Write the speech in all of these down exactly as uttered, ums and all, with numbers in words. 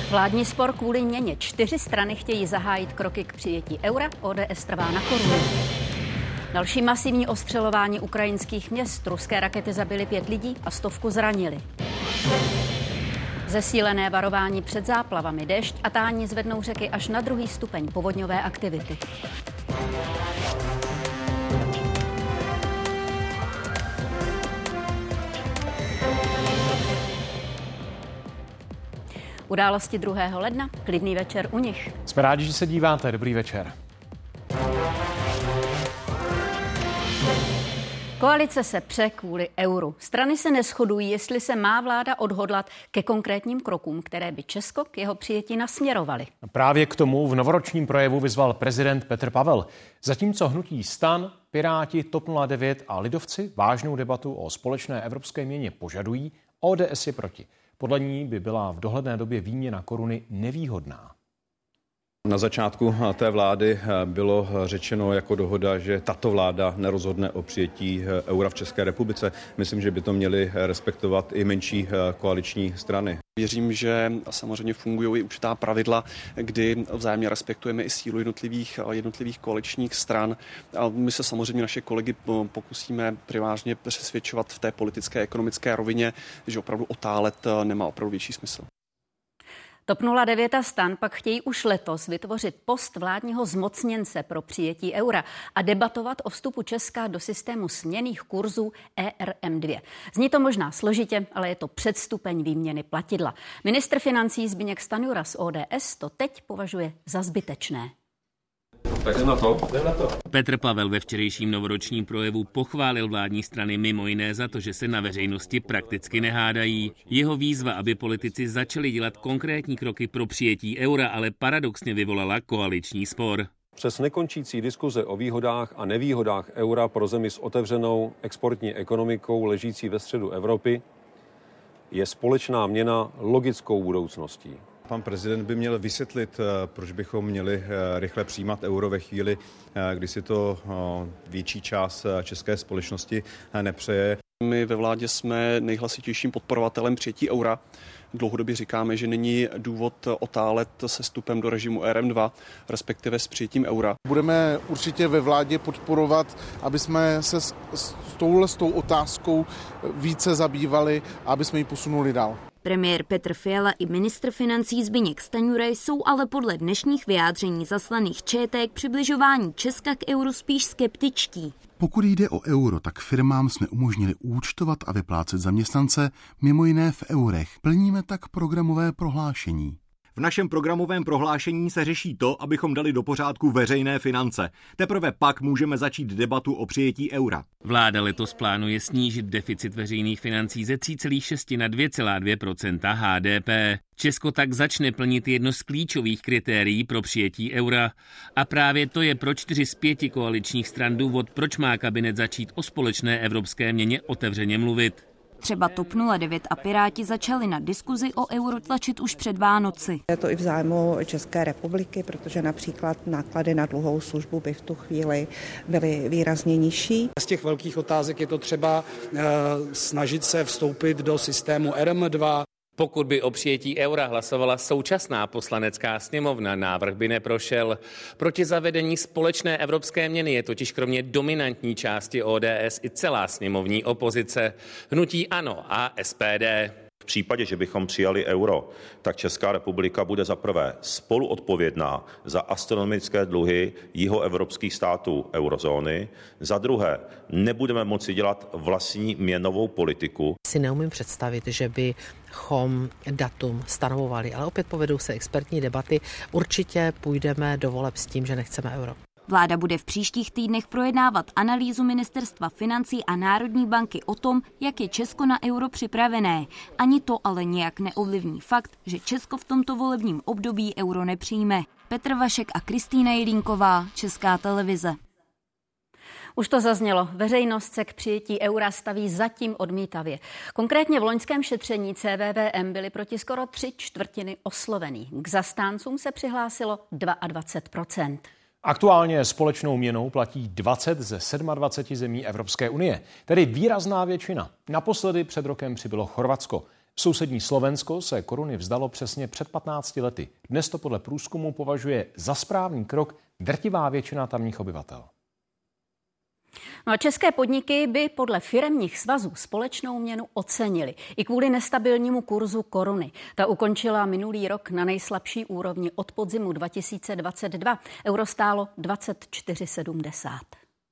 Vládní spor kvůli měně. Čtyři strany chtějí zahájit kroky k přijetí eura, O D S trvá na korunu. Další masivní ostřelování ukrajinských měst. Ruské rakety zabily pět lidí a stovku zranili. Zesílené varování před záplavami, déšť a tání zvednou řeky až na druhý stupeň povodňové aktivity. Události druhého ledna, klidný večer u nich. Jsme rádi, že se díváte. Dobrý večer. Koalice se pře kvůli euru. Strany se neshodují, jestli se má vláda odhodlat ke konkrétním krokům, které by Česko k jeho přijetí nasměrovaly. Právě k tomu v novoročním projevu vyzval prezident Petr Pavel. Zatímco hnutí STAN, Piráti, TOP nula devět a lidovci vážnou debatu o společné evropské měně požadují, O D S je proti. Podle ní by byla v dohledné době výměna koruny nevýhodná. Na začátku té vlády bylo řečeno jako dohoda, že tato vláda nerozhodne o přijetí eura v České republice. Myslím, že by to měly respektovat i menší koaliční strany. Věřím, že samozřejmě fungují i určitá pravidla, kdy vzájemně respektujeme i sílu jednotlivých, jednotlivých koaličních stran. A my se samozřejmě naše kolegy pokusíme primářně přesvědčovat v té politické, ekonomické rovině, že opravdu otálet nemá opravdu větší smysl. TOP nula devět a STAN pak chtějí už letos vytvořit post vládního zmocněnce pro přijetí eura a debatovat o vstupu Česka do systému směnných kurzů E R M dva. Zní to možná složitě, ale je to předstupeň výměny platidla. Ministr financí Zbyněk Stanjura z O D S to teď považuje za zbytečné. Tak jdem na to. Jdem na to. Petr Pavel ve včerejším novoročním projevu pochválil vládní strany mimo jiné za to, že se na veřejnosti prakticky nehádají. Jeho výzva, aby politici začali dělat konkrétní kroky pro přijetí eura, ale paradoxně vyvolala koaliční spor. Přes nekončící diskuze o výhodách a nevýhodách eura pro zemi s otevřenou exportní ekonomikou ležící ve středu Evropy je společná měna logickou budoucností. Pan prezident by měl vysvětlit, proč bychom měli rychle přijímat euro ve chvíli, kdy si to větší část české společnosti nepřeje. My ve vládě jsme nejhlasitějším podporovatelem přijetí eura. Dlouhodobě říkáme, že není důvod otálet se vstupem do režimu E R M dva, respektive s přijetím eura. Budeme určitě ve vládě podporovat, aby jsme se s, s touhle s tou otázkou více zabývali a aby jsme ji posunuli dál. Premiér Petr Fiala i ministr financí Zbyněk Stanjura jsou ale podle dnešních vyjádření zaslaných ČT k přibližování Česka k euru spíš skeptičtí. Pokud jde o euro, tak firmám jsme umožnili účtovat a vyplácet zaměstnance mimo jiné v eurech. Plníme tak programové prohlášení. V našem programovém prohlášení se řeší to, abychom dali do pořádku veřejné finance. Teprve pak můžeme začít debatu o přijetí eura. Vláda letos plánuje snížit deficit veřejných financí ze tři celá šest na dvě celá dvě procenta H D P. Česko tak začne plnit jedno z klíčových kritérií pro přijetí eura. A právě to je pro čtyři z pěti koaličních stran důvod, proč má kabinet začít o společné evropské měně otevřeně mluvit. Třeba TOP nula devět a Piráti začali na diskuzi o euro tlačit už před Vánoci. Je to i v zájmu České republiky, protože například náklady na dluhovou službu by v tu chvíli byly výrazně nižší. Z těch velkých otázek je to třeba e, snažit se vstoupit do systému E R M dva. Pokud by o přijetí eura hlasovala současná poslanecká sněmovna, návrh by neprošel. Proti zavedení společné evropské měny je totiž kromě dominantní části O D S i celá sněmovní opozice. Hnutí ANO a S P D. V případě, že bychom přijali euro, tak Česká republika bude za prvé spoluodpovědná za astronomické dluhy jihoevropských států eurozóny, za druhé nebudeme moci dělat vlastní měnovou politiku. Si neumím představit, že bychom datum stanovovali, ale opět povedou se expertní debaty. Určitě půjdeme do voleb s tím, že nechceme euro. Vláda bude v příštích týdnech projednávat analýzu Ministerstva financí a Národní banky o tom, jak je Česko na euro připravené. Ani to ale nějak neovlivní fakt, že Česko v tomto volebním období euro nepřijme. Petr Vašek a Kristýna Jelínková, Česká televize. Už to zaznělo, veřejnost se k přijetí eura staví zatím odmítavě. Konkrétně v loňském šetření C V V M byly proti skoro tři čtvrtiny oslovený. K zastáncům se přihlásilo dvacet dva procent. Aktuálně společnou měnou platí dvacet ze dvaceti sedmi zemí Evropské unie, tedy výrazná většina. Naposledy před rokem přibylo Chorvatsko. Sousední Slovensko se koruny vzdalo přesně před patnácti lety. Dnes to podle průzkumu považuje za správný krok drtivá většina tamních obyvatel. No a české podniky by podle firemních svazů společnou měnu ocenili i kvůli nestabilnímu kurzu koruny. Ta ukončila minulý rok na nejslabší úrovni od podzimu dva tisíce dvacet dva. Euro stálo dvacet čtyři sedmdesát.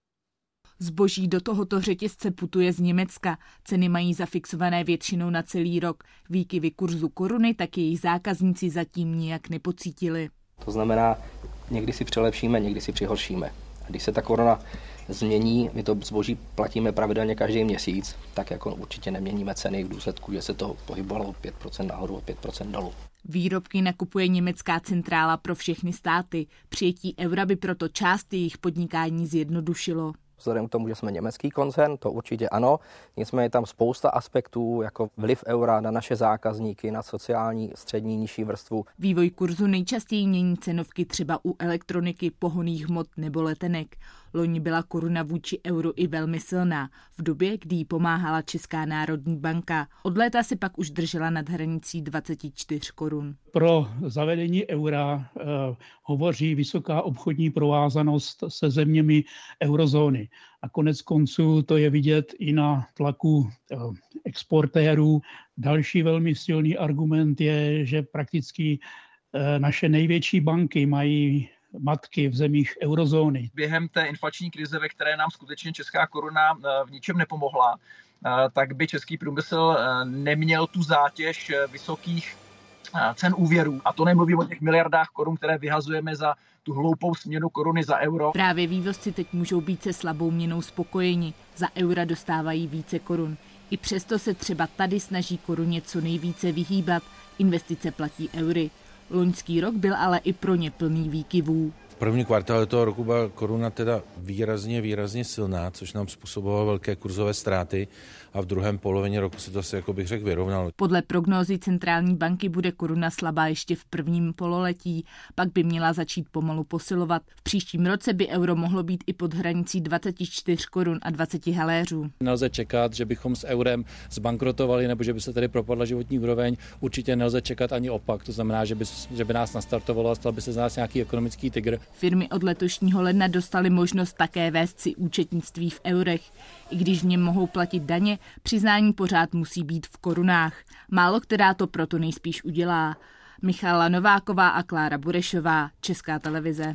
Zboží do tohoto řetězce putuje z Německa. Ceny mají zafixované většinou na celý rok. Výkyvy kurzu koruny tak jejich zákazníci zatím nijak nepocítili. To znamená, někdy si přilepšíme, někdy si přihoršíme. A když se ta koruna změní, my to zboží platíme pravidelně každý měsíc, tak jako určitě neměníme ceny v důsledku, že se to pohybovalo pět procent nahoru a pět procent dolů. Výrobky nakupuje německá centrála pro všechny státy. Přijetí eura by proto část jejich podnikání zjednodušilo. Vzhledem k tomu, že jsme německý koncern, to určitě ano, nicméně je tam spousta aspektů, jako vliv eura na naše zákazníky, na sociální, střední, nižší vrstvu. Vývoj kurzu nejčastěji mění cenovky třeba u elektroniky, pohonných hmot nebo letenek. Loni byla koruna vůči euru i velmi silná, v době, kdy jí pomáhala Česká národní banka. Od léta se pak už držela nad hranicí dvacet čtyři korun. Pro zavedení eura eh, hovoří vysoká obchodní provázanost se zeměmi eurozóny. A konec konců to je vidět i na tlaku eh, exportérů. Další velmi silný argument je, že prakticky eh, naše největší banky mají matky v zemích eurozóny. Během té inflační krize, ve které nám skutečně česká koruna v ničem nepomohla, tak by český průmysl neměl tu zátěž vysokých cen úvěrů. A to nemluvím o těch miliardách korun, které vyhazujeme za tu hloupou směnu koruny za euro. Právě vývozci teď můžou být se slabou měnou spokojeni. Za eura dostávají více korun. I přesto se třeba tady snaží koruně co nejvíce vyhýbat. Investice platí eury. Loňský rok byl ale i pro ně plný výkyvů. V první kvartále toho roku byla koruna teda výrazně, výrazně silná, což nám způsobovalo velké kurzové ztráty a v druhém polovině roku se to asi, jako bych řekl, vyrovnalo. Podle prognózy centrální banky bude koruna slabá ještě v prvním pololetí, pak by měla začít pomalu posilovat. V příštím roce by euro mohlo být i pod hranicí dvacet čtyři korun a dvacet haléřů. Nelze čekat, že bychom s eurem zbankrotovali nebo že by se tady propadla životní úroveň. Určitě nelze čekat ani opak, to znamená, že by, že by nás nastartovalo a stal by se z nás nějaký ekonomický tygr. Firmy od letošního ledna dostaly možnost také vést si účetnictví v eurech. I když v něm mohou platit daně, přiznání pořád musí být v korunách. Málo která to proto nejspíš udělá. Michala Nováková a Klára Burešová, Česká televize.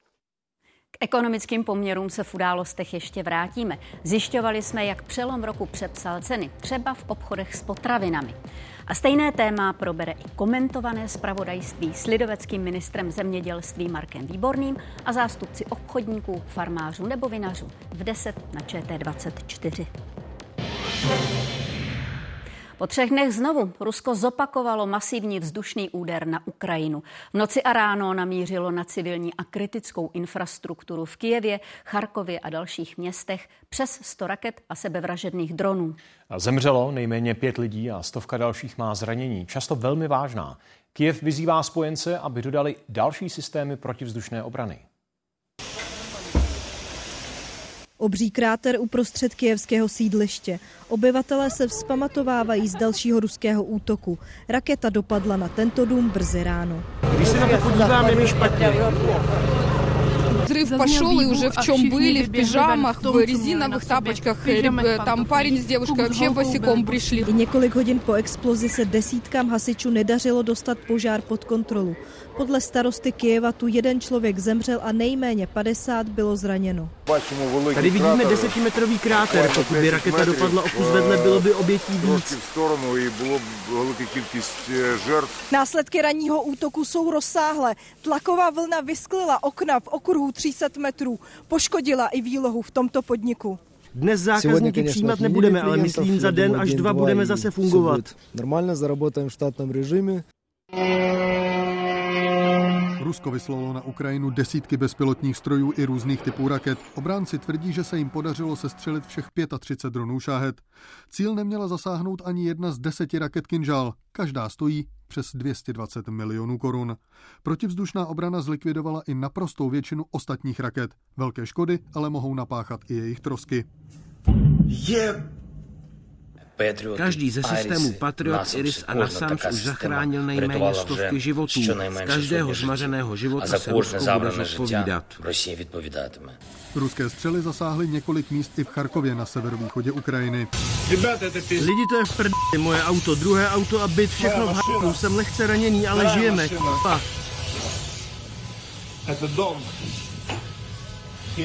K ekonomickým poměrům se v událostech ještě vrátíme. Zjišťovali jsme, jak přelom roku přepsal ceny, třeba v obchodech s potravinami. A stejné téma probere i komentované zpravodajství s lidoveckým ministrem zemědělství Markem Výborným a zástupci obchodníků, farmářů nebo vinařů v deset na Č T dvacet čtyři. Po třech dnech znovu Rusko zopakovalo masivní vzdušný úder na Ukrajinu. V noci a ráno namířilo na civilní a kritickou infrastrukturu v Kyjevě, Charkově a dalších městech přes sto raket a sebevražedných dronů. Zemřelo nejméně pět lidí a stovka dalších má zranění, často velmi vážná. Kyjev vyzývá spojence, aby dodali další systémy protivzdušné obrany. Obří kráter uprostřed kyjevského sídliště. Obyvatelé se vzpamatovávají z dalšího ruského útoku. Raketa dopadla na tento dům brzy ráno. Když se na to podíváme, mi špatně. Взрыв пошел, и уже в чем были, в пижамах, в резиновых тапочках. Там парень с девушкой вообще босиком пришли. I několik hodin po explozi se desítkám hasičů nedařilo dostat požár pod kontrolu. Podle starosty Kyjeva tu jeden člověk zemřel a nejméně padesát bylo zraněno. Tady vidíme desetimetrový kráter. Pokud by raketa dopadla o kus vedle, bylo by obětí víc. Následky ranního útoku jsou rozsáhlé. Tlaková vlna vysklila okna v okruhu tři sta metrů. Poškodila i výlohu v tomto podniku. Dnes zákazníky přijímat nebudeme, ale myslím za den až dva budeme zase fungovat. Normálně zaработаем v štátním režimu. Rusko vyslalo na Ukrajinu desítky bezpilotních strojů i různých typů raket. Obránci tvrdí, že se jim podařilo sestřelit všech třicet pět dronů Šáhed. Cíl neměla zasáhnout ani jedna z deseti raket Kinžal. Každá stojí přes dvě stě dvacet milionů korun. Protivzdušná obrana zlikvidovala i naprostou většinu ostatních raket. Velké škody ale mohou napáchat i jejich trosky. Je... Každý ze systémů Patriot, Iris a NASAMS už zachránil nejméně stovky životů. Z každého zmařeného života se Rusko bude zodpovídat. Ruské střely zasáhly několik míst i v Charkově na severovýchodě Ukrajiny. Lidi, to je v prdeli, moje auto, druhé auto a byt, všechno v Harkovu. Jsem lehce raněný, ale žijeme. K***a. Это дом. Я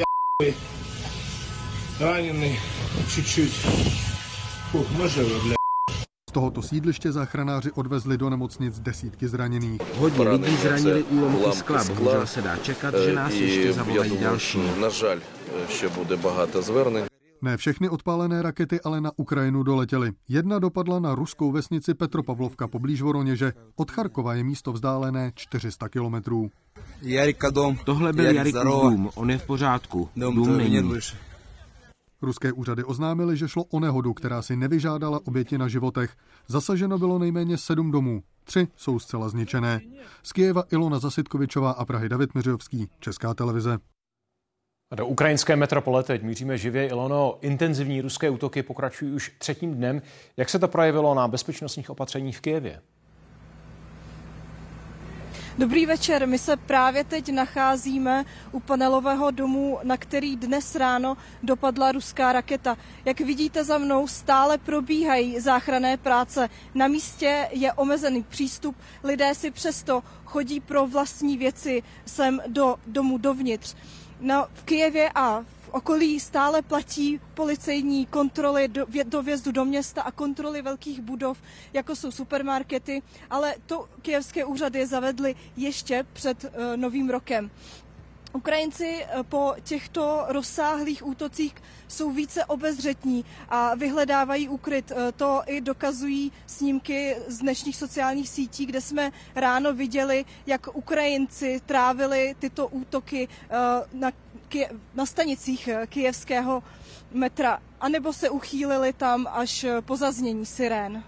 раненый чуть-чуть. Фух, мы живы, бля. Z tohoto sídliště záchranáři odvezli do nemocnic desítky zraněných. Hodně lidí zranili úlomky skla, bohužel se dá čekat, že nás ještě zavolají další. Na žal, ještě bude багато zverných. Ne všechny odpálené rakety ale na Ukrajinu doletěly. Jedna dopadla na ruskou vesnici Petropavlovka poblíž Voroněže. Od Charkova je místo vzdálené čtyři sta kilometrů. Tohle byl Jarikův dům, on je v pořádku, dům není. Ruské úřady oznámily, že šlo o nehodu, která si nevyžádala oběti na životech. Zasaženo bylo nejméně sedm domů. Tři jsou zcela zničené. Z Kyjeva Ilona Zasitkovičová a Prahy David Miřovský, Česká televize. A do ukrajinské metropole teď míříme živě. Ilono, intenzivní ruské útoky pokračují už třetím dnem. Jak se to projevilo na bezpečnostních opatřeních v Kyjevě? Dobrý večer, my se právě teď nacházíme u panelového domu, na který dnes ráno dopadla ruská raketa. Jak vidíte za mnou, stále probíhají záchranné práce. Na místě je omezený přístup, lidé si přesto chodí pro vlastní věci sem do domu dovnitř. No, v Kyjevě a v okolí stále platí policejní kontroly do, do vjezdu do města a kontroly velkých budov, jako jsou supermarkety, ale to kyjevské úřady zavedly ještě před uh, novým rokem. Ukrajinci po těchto rozsáhlých útocích jsou více obezřetní a vyhledávají úkryt. To i dokazují snímky z dnešních sociálních sítí, kde jsme ráno viděli, jak Ukrajinci trávili tyto útoky na, na stanicích kyjevského metra, anebo se uchýlili tam až po zaznění sirén.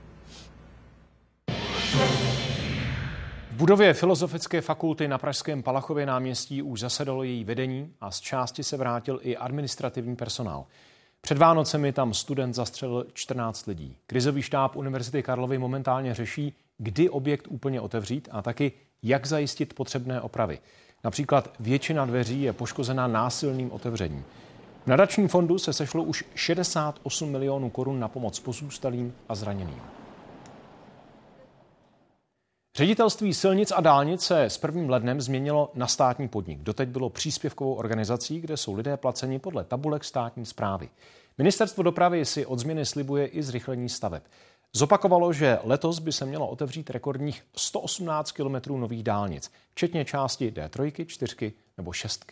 V budově Filozofické fakulty na pražském Palachově náměstí už zasedalo její vedení a z části se vrátil i administrativní personál. Před Vánocemi tam student zastřelil čtrnáct lidí. Krizový štáb Univerzity Karlovy momentálně řeší, kdy objekt úplně otevřít a taky jak zajistit potřebné opravy. Například většina dveří je poškozena násilným otevřením. V nadačním fondu se sešlo už šedesát osm milionů korun na pomoc pozůstalým a zraněným. Ředitelství silnic a dálnic se s prvním lednem změnilo na státní podnik. Doteď bylo příspěvkovou organizací, kde jsou lidé placeni podle tabulek státní správy. Ministerstvo dopravy si od změny slibuje i zrychlení staveb. Zopakovalo, že letos by se mělo otevřít rekordních sto osmnáct kilometrů nových dálnic, včetně části D tři, čtyři nebo šest.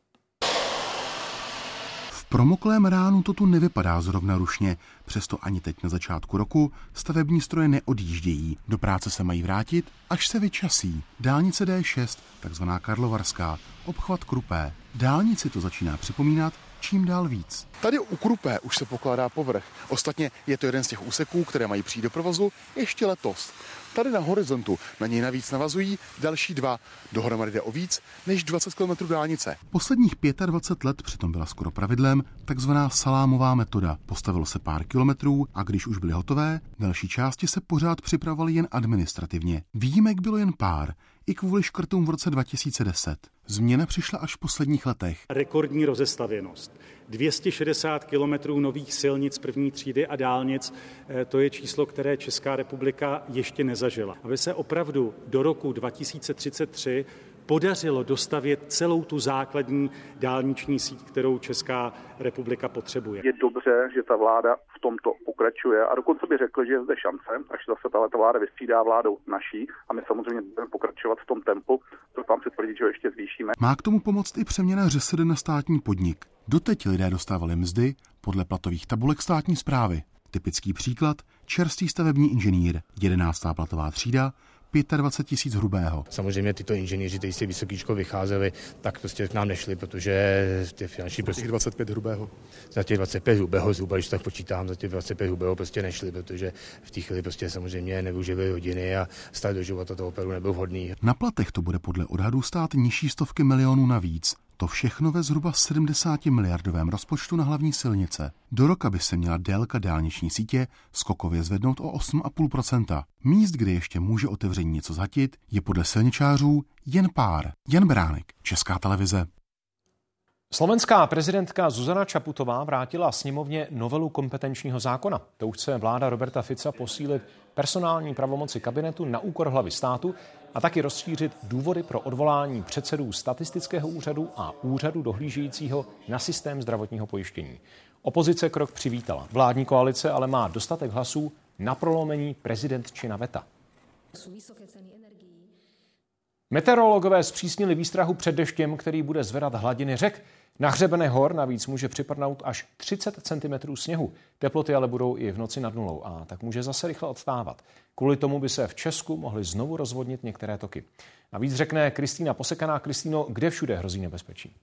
V promoklém ránu to tu nevypadá zrovna rušně, přesto ani teď na začátku roku stavební stroje neodjíždějí. Do práce se mají vrátit, až se vyčasí. Dálnice D šest, takzvaná Karlovarská, obchvat Krupé. Dálnici to začíná připomínat čím dál víc. Tady u Krupé už se pokládá povrch. Ostatně je to jeden z těch úseků, které mají přijít do provozu ještě letos. Tady na horizontu na něj navíc navazují další dva. Dohromady jde o víc než dvacet kilometrů dálnice. Posledních dvacet pět let přitom byla skoro pravidlem takzvaná salámová metoda. Postavilo se pár kilometrů a když už byly hotové, další části se pořád připravovaly jen administrativně. Výjimek bylo jen pár, i kvůli škrtům v roce dva tisíce deset. Změna přišla až v posledních letech. Rekordní rozestavěnost. dvě stě šedesát kilometrů nových silnic první třídy a dálnic, to je číslo, které Česká republika ještě nezažila. Aby se opravdu do roku dva tisíce třicet tři podařilo dostavět celou tu základní dálniční síť, kterou Česká republika potřebuje. Je dobře, že ta vláda v tomto pokračuje a dokonce by řekl, že je zde šance, až zase ta vláda vystřídá vládou naší a my samozřejmě budeme pokračovat v tom tempu, to tam si tvrdit, že ho ještě zvýšíme. Má k tomu pomoct i přeměna ŘSD na státní podnik. Doteď lidé dostávali mzdy podle platových tabulek státní správy. Typický příklad, čerstvý stavební inženýr, jedenáctá platová třída, dvacet pět tisíc hrubého. Samozřejmě tyto inženýři, kteří si vysoký škol vycházeli, tak prostě k nám nešli, protože ty finanční... Za těch dvacet pět hrubého. Za těch dvacet pět hrubého zhruba, když tak počítám, za těch dvacet pět hrubého prostě nešli, protože v té chvíli prostě samozřejmě nevyužili hodiny a stát do života toho opravdu nebyl vhodný. Na platech to bude podle odhadů stát nižší stovky milionů navíc. to všechno ve zhruba sedmdesáti miliardovém rozpočtu na hlavní silnice. Do roka by se měla délka dálniční sítě skokově zvednout o osm celá pět procenta. Míst, kde ještě může otevření něco zhatit, je podle silničářů jen pár. Jan Beránek, Česká televize. Slovenská prezidentka Zuzana Čaputová vrátila sněmovně novelu kompetenčního zákona. To už chce vláda Roberta Fica posílit personální pravomoci kabinetu na úkor hlavy státu a taky rozšířit důvody pro odvolání předsedů statistického úřadu a úřadu dohlížejícího na systém zdravotního pojištění. Opozice krok přivítala. Vládní koalice ale má dostatek hlasů na prolomení prezidentčina veta. Meteorologové zpřísnili výstrahu před deštěm, který bude zvedat hladiny řek. Na hřebene hor navíc může připadnout až třicet centimetrů sněhu. Teploty ale budou i v noci nad nulou a tak může zase rychle odstávat. Kvůli tomu by se v Česku mohly znovu rozvodnit některé toky. Navíc řekne Kristýna Posekaná. Kristýno, kde všude hrozí nebezpečí?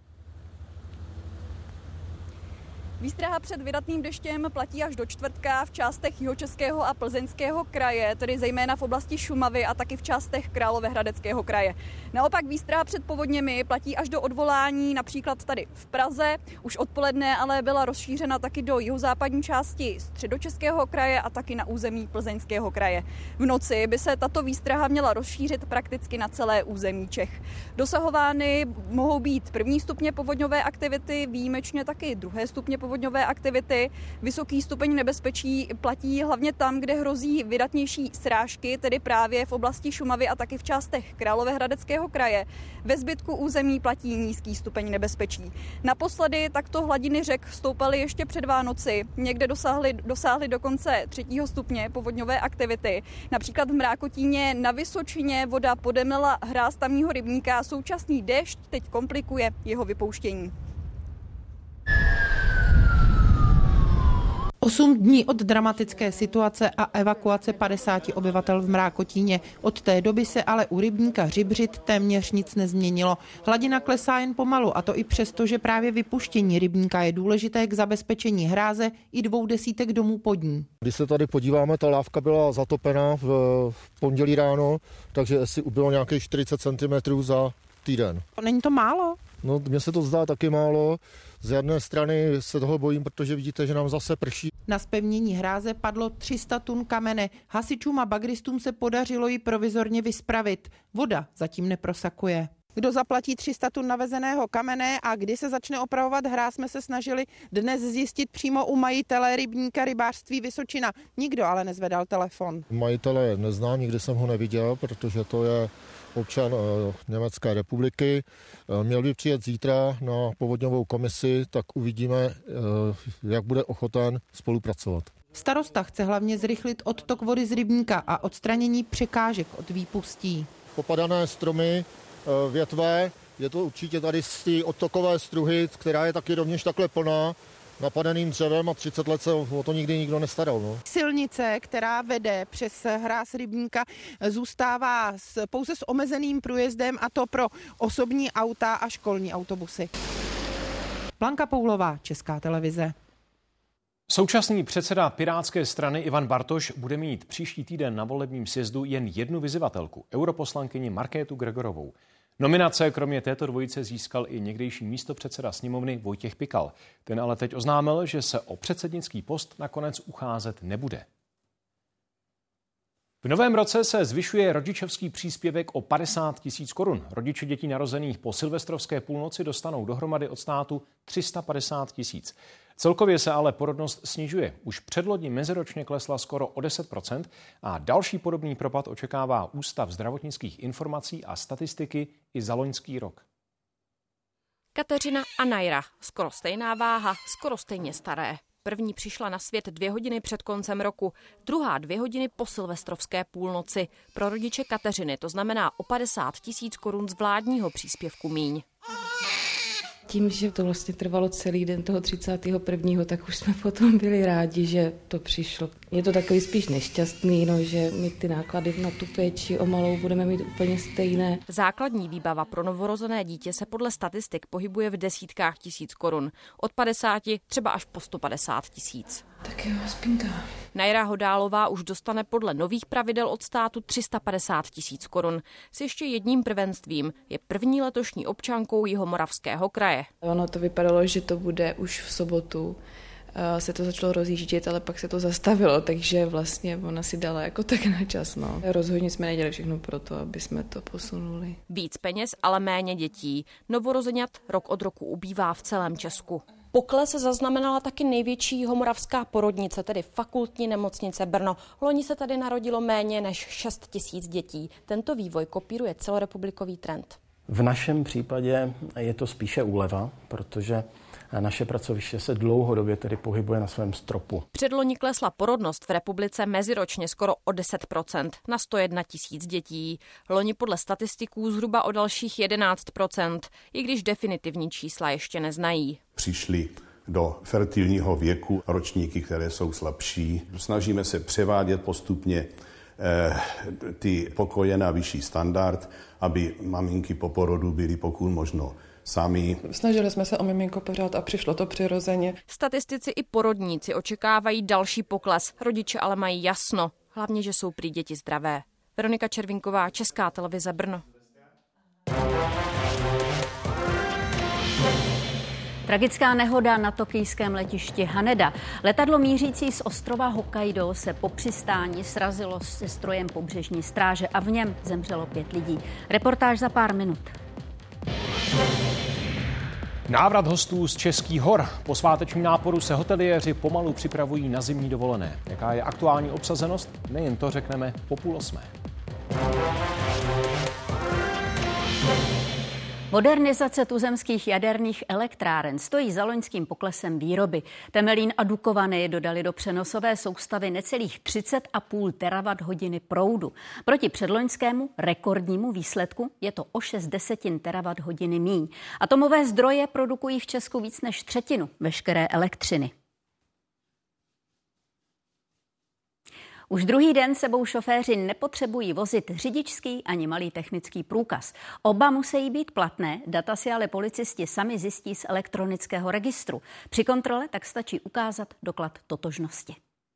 Výstraha před vydatným deštěm platí až do čtvrtka v částech Jihočeského a Plzeňského kraje, tedy zejména v oblasti Šumavy a taky v částech Královéhradeckého kraje. Naopak výstraha před povodněmi platí až do odvolání, například tady v Praze. Už odpoledne ale byla rozšířena taky do jihozápadní části Středočeského kraje a taky na území Plzeňského kraje. V noci by se tato výstraha měla rozšířit prakticky na celé území Čech. Dosahovány mohou být první stupně povodňové aktivity, výjimečně taky druhé stupně povodňové aktivity. Vysoký stupeň nebezpečí platí hlavně tam, kde hrozí vydatnější srážky, tedy právě v oblasti Šumavy a taky v částech Královéhradeckého kraje. Ve zbytku území platí nízký stupeň nebezpečí. Naposledy takto hladiny řek stoupaly ještě před Vánoci. Někde dosáhly, dosáhly dokonce třetího stupně povodňové aktivity. Například v Mrákotíně na Vysočině voda podemlela hráz tamního rybníka a současný déšť teď komplikuje jeho vypouštění. Osm dní od dramatické situace a evakuace padesáti obyvatel v Mrákotíně. Od té doby se ale u rybníka Řibřit téměř nic nezměnilo. Hladina klesá jen pomalu, a to i přesto, že právě vypuštění rybníka je důležité k zabezpečení hráze i dvou desítek domů pod ní. Když se tady podíváme, ta lávka byla zatopena v, v pondělí ráno, takže asi ubylo nějakých čtyřicet centimetrů za týden. Není to málo? No, mně se to zdá taky málo. Z jedné strany se toho bojím, protože vidíte, že nám zase prší. Na zpevnění hráze padlo tři sta tun kamene. Hasičům a bagristům se podařilo ji provizorně vyspravit. Voda zatím neprosakuje. Kdo zaplatí tři sta tun navezeného kamene a kdy se začne opravovat hráz, jsme se snažili dnes zjistit přímo u majitele rybníka Rybářství Vysočina. Nikdo ale nezvedal telefon. Majitele neznám, nikdy jsem ho neviděl, protože to je občan uh, Německé republiky. Uh, měl by přijet zítra na povodňovou komisi, tak uvidíme, uh, jak bude ochoten spolupracovat. Starosta chce hlavně zrychlit odtok vody z rybníka a odstranění překážek od výpustí. Popadané stromy, uh, větve, je to určitě tady z té odtokové struhy, která je taky rovněž takhle plná, napadeným dřevem a třicet let se o to nikdy nikdo nestaral. No. Silnice, která vede přes hráz rybníka, zůstává s, pouze s omezeným průjezdem, a to pro osobní auta a školní autobusy. Blanka Poulová, Česká televize. Současný předseda Pirátské strany Ivan Bartoš bude mít příští týden na volebním sjezdu jen jednu vyzývatelku, europoslankyni Markétu Gregorovou. Nominace kromě této dvojice získal i někdejší místopředseda sněmovny Vojtěch Pikal. Ten ale teď oznámil, že se o předsednický post nakonec ucházet nebude. V novém roce se zvyšuje rodičovský příspěvek o padesát tisíc korun. Rodiče dětí narozených po silvestrovské půlnoci dostanou dohromady od státu tři sta padesát tisíc. Celkově se ale porodnost snižuje. Už předloni meziročně klesla skoro o deset procent a další podobný propad očekává Ústav zdravotnických informací a statistiky i za loňský rok. Kateřina a Naira, skoro stejná váha, skoro stejně staré. První přišla na svět dvě hodiny před koncem roku, druhá dvě hodiny po silvestrovské půlnoci. Pro rodiče Kateřiny to znamená o padesát tisíc korun z vládního příspěvku míň. Tím, že to vlastně trvalo celý den toho třicátého prvního tak už jsme potom byli rádi, že to přišlo. Je to takový spíš nešťastný, no, že my ty náklady na tu péči o malou budeme mít úplně stejné. Základní výbava pro novorozené dítě se podle statistik pohybuje v desítkách tisíc korun. Od padesáti třeba až po sto padesát tisíc. Tak jo, spinka. Najra Hodálová už dostane podle nových pravidel od státu tři sta padesát tisíc korun. S ještě jedním prvenstvím. Je první letošní občankou Jihomoravského kraje. Ono to vypadalo, že to bude už v sobotu. Se to začalo rozjíždět, ale pak se to zastavilo, takže vlastně ona si dala jako tak na čas. No. Rozhodně jsme nedělali všechno pro to, aby jsme to posunuli. Víc peněz, ale méně dětí. Novorozeňat rok od roku ubývá v celém Česku. Pokles zaznamenala taky největší jihomoravská porodnice, tedy Fakultní nemocnice Brno. Loni se tady narodilo méně než šest tisíc dětí. Tento vývoj kopíruje celorepublikový trend. V našem případě je to spíše úleva, protože naše pracoviště se dlouhodobě tedy pohybuje na svém stropu. Předloni klesla porodnost v republice meziročně skoro o deset procent na sto jedna tisíc dětí. Loni podle statistiků zhruba o dalších jedenáct procent, i když definitivní čísla ještě neznají. Přišli do fertilního věku ročníky, které jsou slabší. Snažíme se převádět postupně eh, ty pokoje na vyšší standard, aby maminky po porodu byly pokud možno sami. Snažili jsme se o miminko pořád a přišlo to přirozeně. Statistici i porodníci očekávají další pokles. Rodiče ale mají jasno, hlavně, že jsou prý děti zdravé. Veronika Červinková, Česká televize Brno. Tragická nehoda na tokijském letišti Haneda. Letadlo mířící z ostrova Hokkaido se po přistání srazilo se strojem pobřežní stráže a v něm zemřelo pět lidí. Reportáž za pár minut. Návrat hostů z Českých hor. Po svátečním náporu se hoteliéři pomalu připravují na zimní dovolené. Jaká je aktuální obsazenost? Nejen to řekneme po půl osmé. Modernizace tuzemských jaderných elektráren stojí za loňským poklesem výroby. Temelín a Dukovany dodali do přenosové soustavy necelých třicet a půl terawatt hodiny proudu. Proti předloňskému rekordnímu výsledku je to o šest desetin terawatt hodiny míň. Atomové zdroje produkují v Česku víc než třetinu veškeré elektřiny. Už druhý den sebou šoféři nepotřebují vozit řidičský ani malý technický průkaz. Oba musí být platné, data si ale policisti sami zjistí z elektronického registru. Při kontrole tak stačí ukázat doklad totožnosti.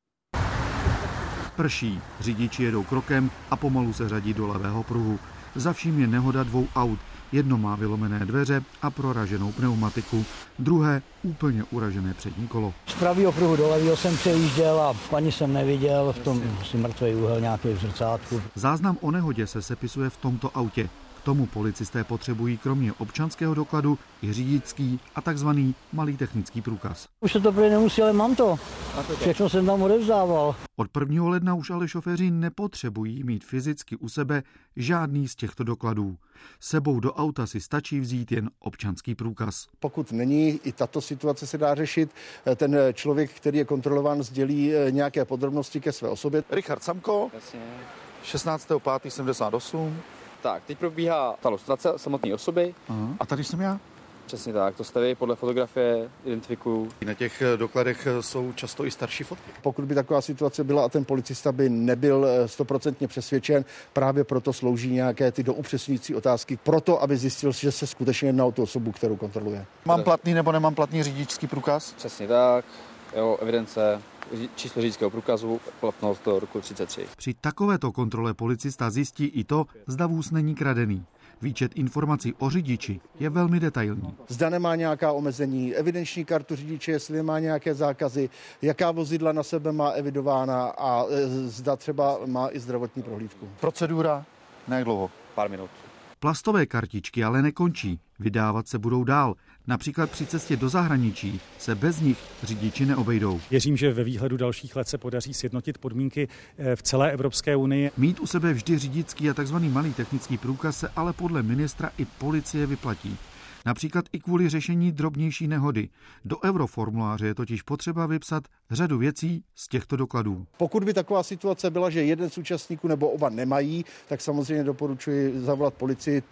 Prší, řidiči jedou krokem a pomalu se řadí do levého pruhu. Za vším je nehoda dvou aut. Jedno má vylomené dveře a proraženou pneumatiku, druhé úplně uražené přední kolo. Z pravého pruhu do levého jsem přejížděl a ani jsem neviděl, v tom si mrtvý úhel nějaký v zrcátku. Záznam o nehodě se sepisuje v tomto autě. K tomu policisté potřebují kromě občanského dokladu i řidičský a takzvaný malý technický průkaz. Už se to prý nemusí, ale mám to. Všechno jsem tam odevzdával. Od prvního ledna už ale šoféři nepotřebují mít fyzicky u sebe žádný z těchto dokladů. Sebou do auta si stačí vzít jen občanský průkaz. Pokud není, i tato situace se dá řešit. Ten člověk, který je kontrolován, sdělí nějaké podrobnosti ke své osobě. Richard Samko, šestnáctého pátého sedmdesát osm. Tak, teď probíhá ta lustrace samotné osoby. Aha. A tady jsem já? Přesně tak, to jste vy, podle fotografie identifikuju. Na těch dokladech jsou často i starší fotky. Pokud by taková situace byla a ten policista by nebyl stoprocentně přesvědčen, právě proto slouží nějaké ty doupřesňující otázky, proto, aby zjistil, že se skutečně jedná o tu osobu, kterou kontroluje. Mám platný nebo nemám platný řidičský průkaz? Přesně tak, jo, evidence, číslo řidičského průkazu, platnost do roku třicet tři. Při takovéto kontrole policista zjistí i to, zda vůz není kradený. Výčet informací o řidiči je velmi detailní. Zda nemá nějaká omezení, evidenční kartu řidiče, jestli má nějaké zákazy, jaká vozidla na sebe má evidována a zda třeba má i zdravotní prohlídku. Procedura, ne jak dlouho? Pár minut. Plastové kartičky ale nekončí. Vydávat se budou dál. Například při cestě do zahraničí se bez nich řidiči neobejdou. Věřím, že ve výhledu dalších let se podaří sjednotit podmínky v celé Evropské unii. Mít u sebe vždy řidičský a tzv. Malý technický průkaz se ale podle ministra i policie vyplatí. Například i kvůli řešení drobnější nehody. Do euroformuláře je totiž potřeba vypsat řadu věcí z těchto dokladů. Pokud by taková situace byla, že jeden z účastníků nebo oba nemají, tak samozřejmě doporučuji zavolat policii.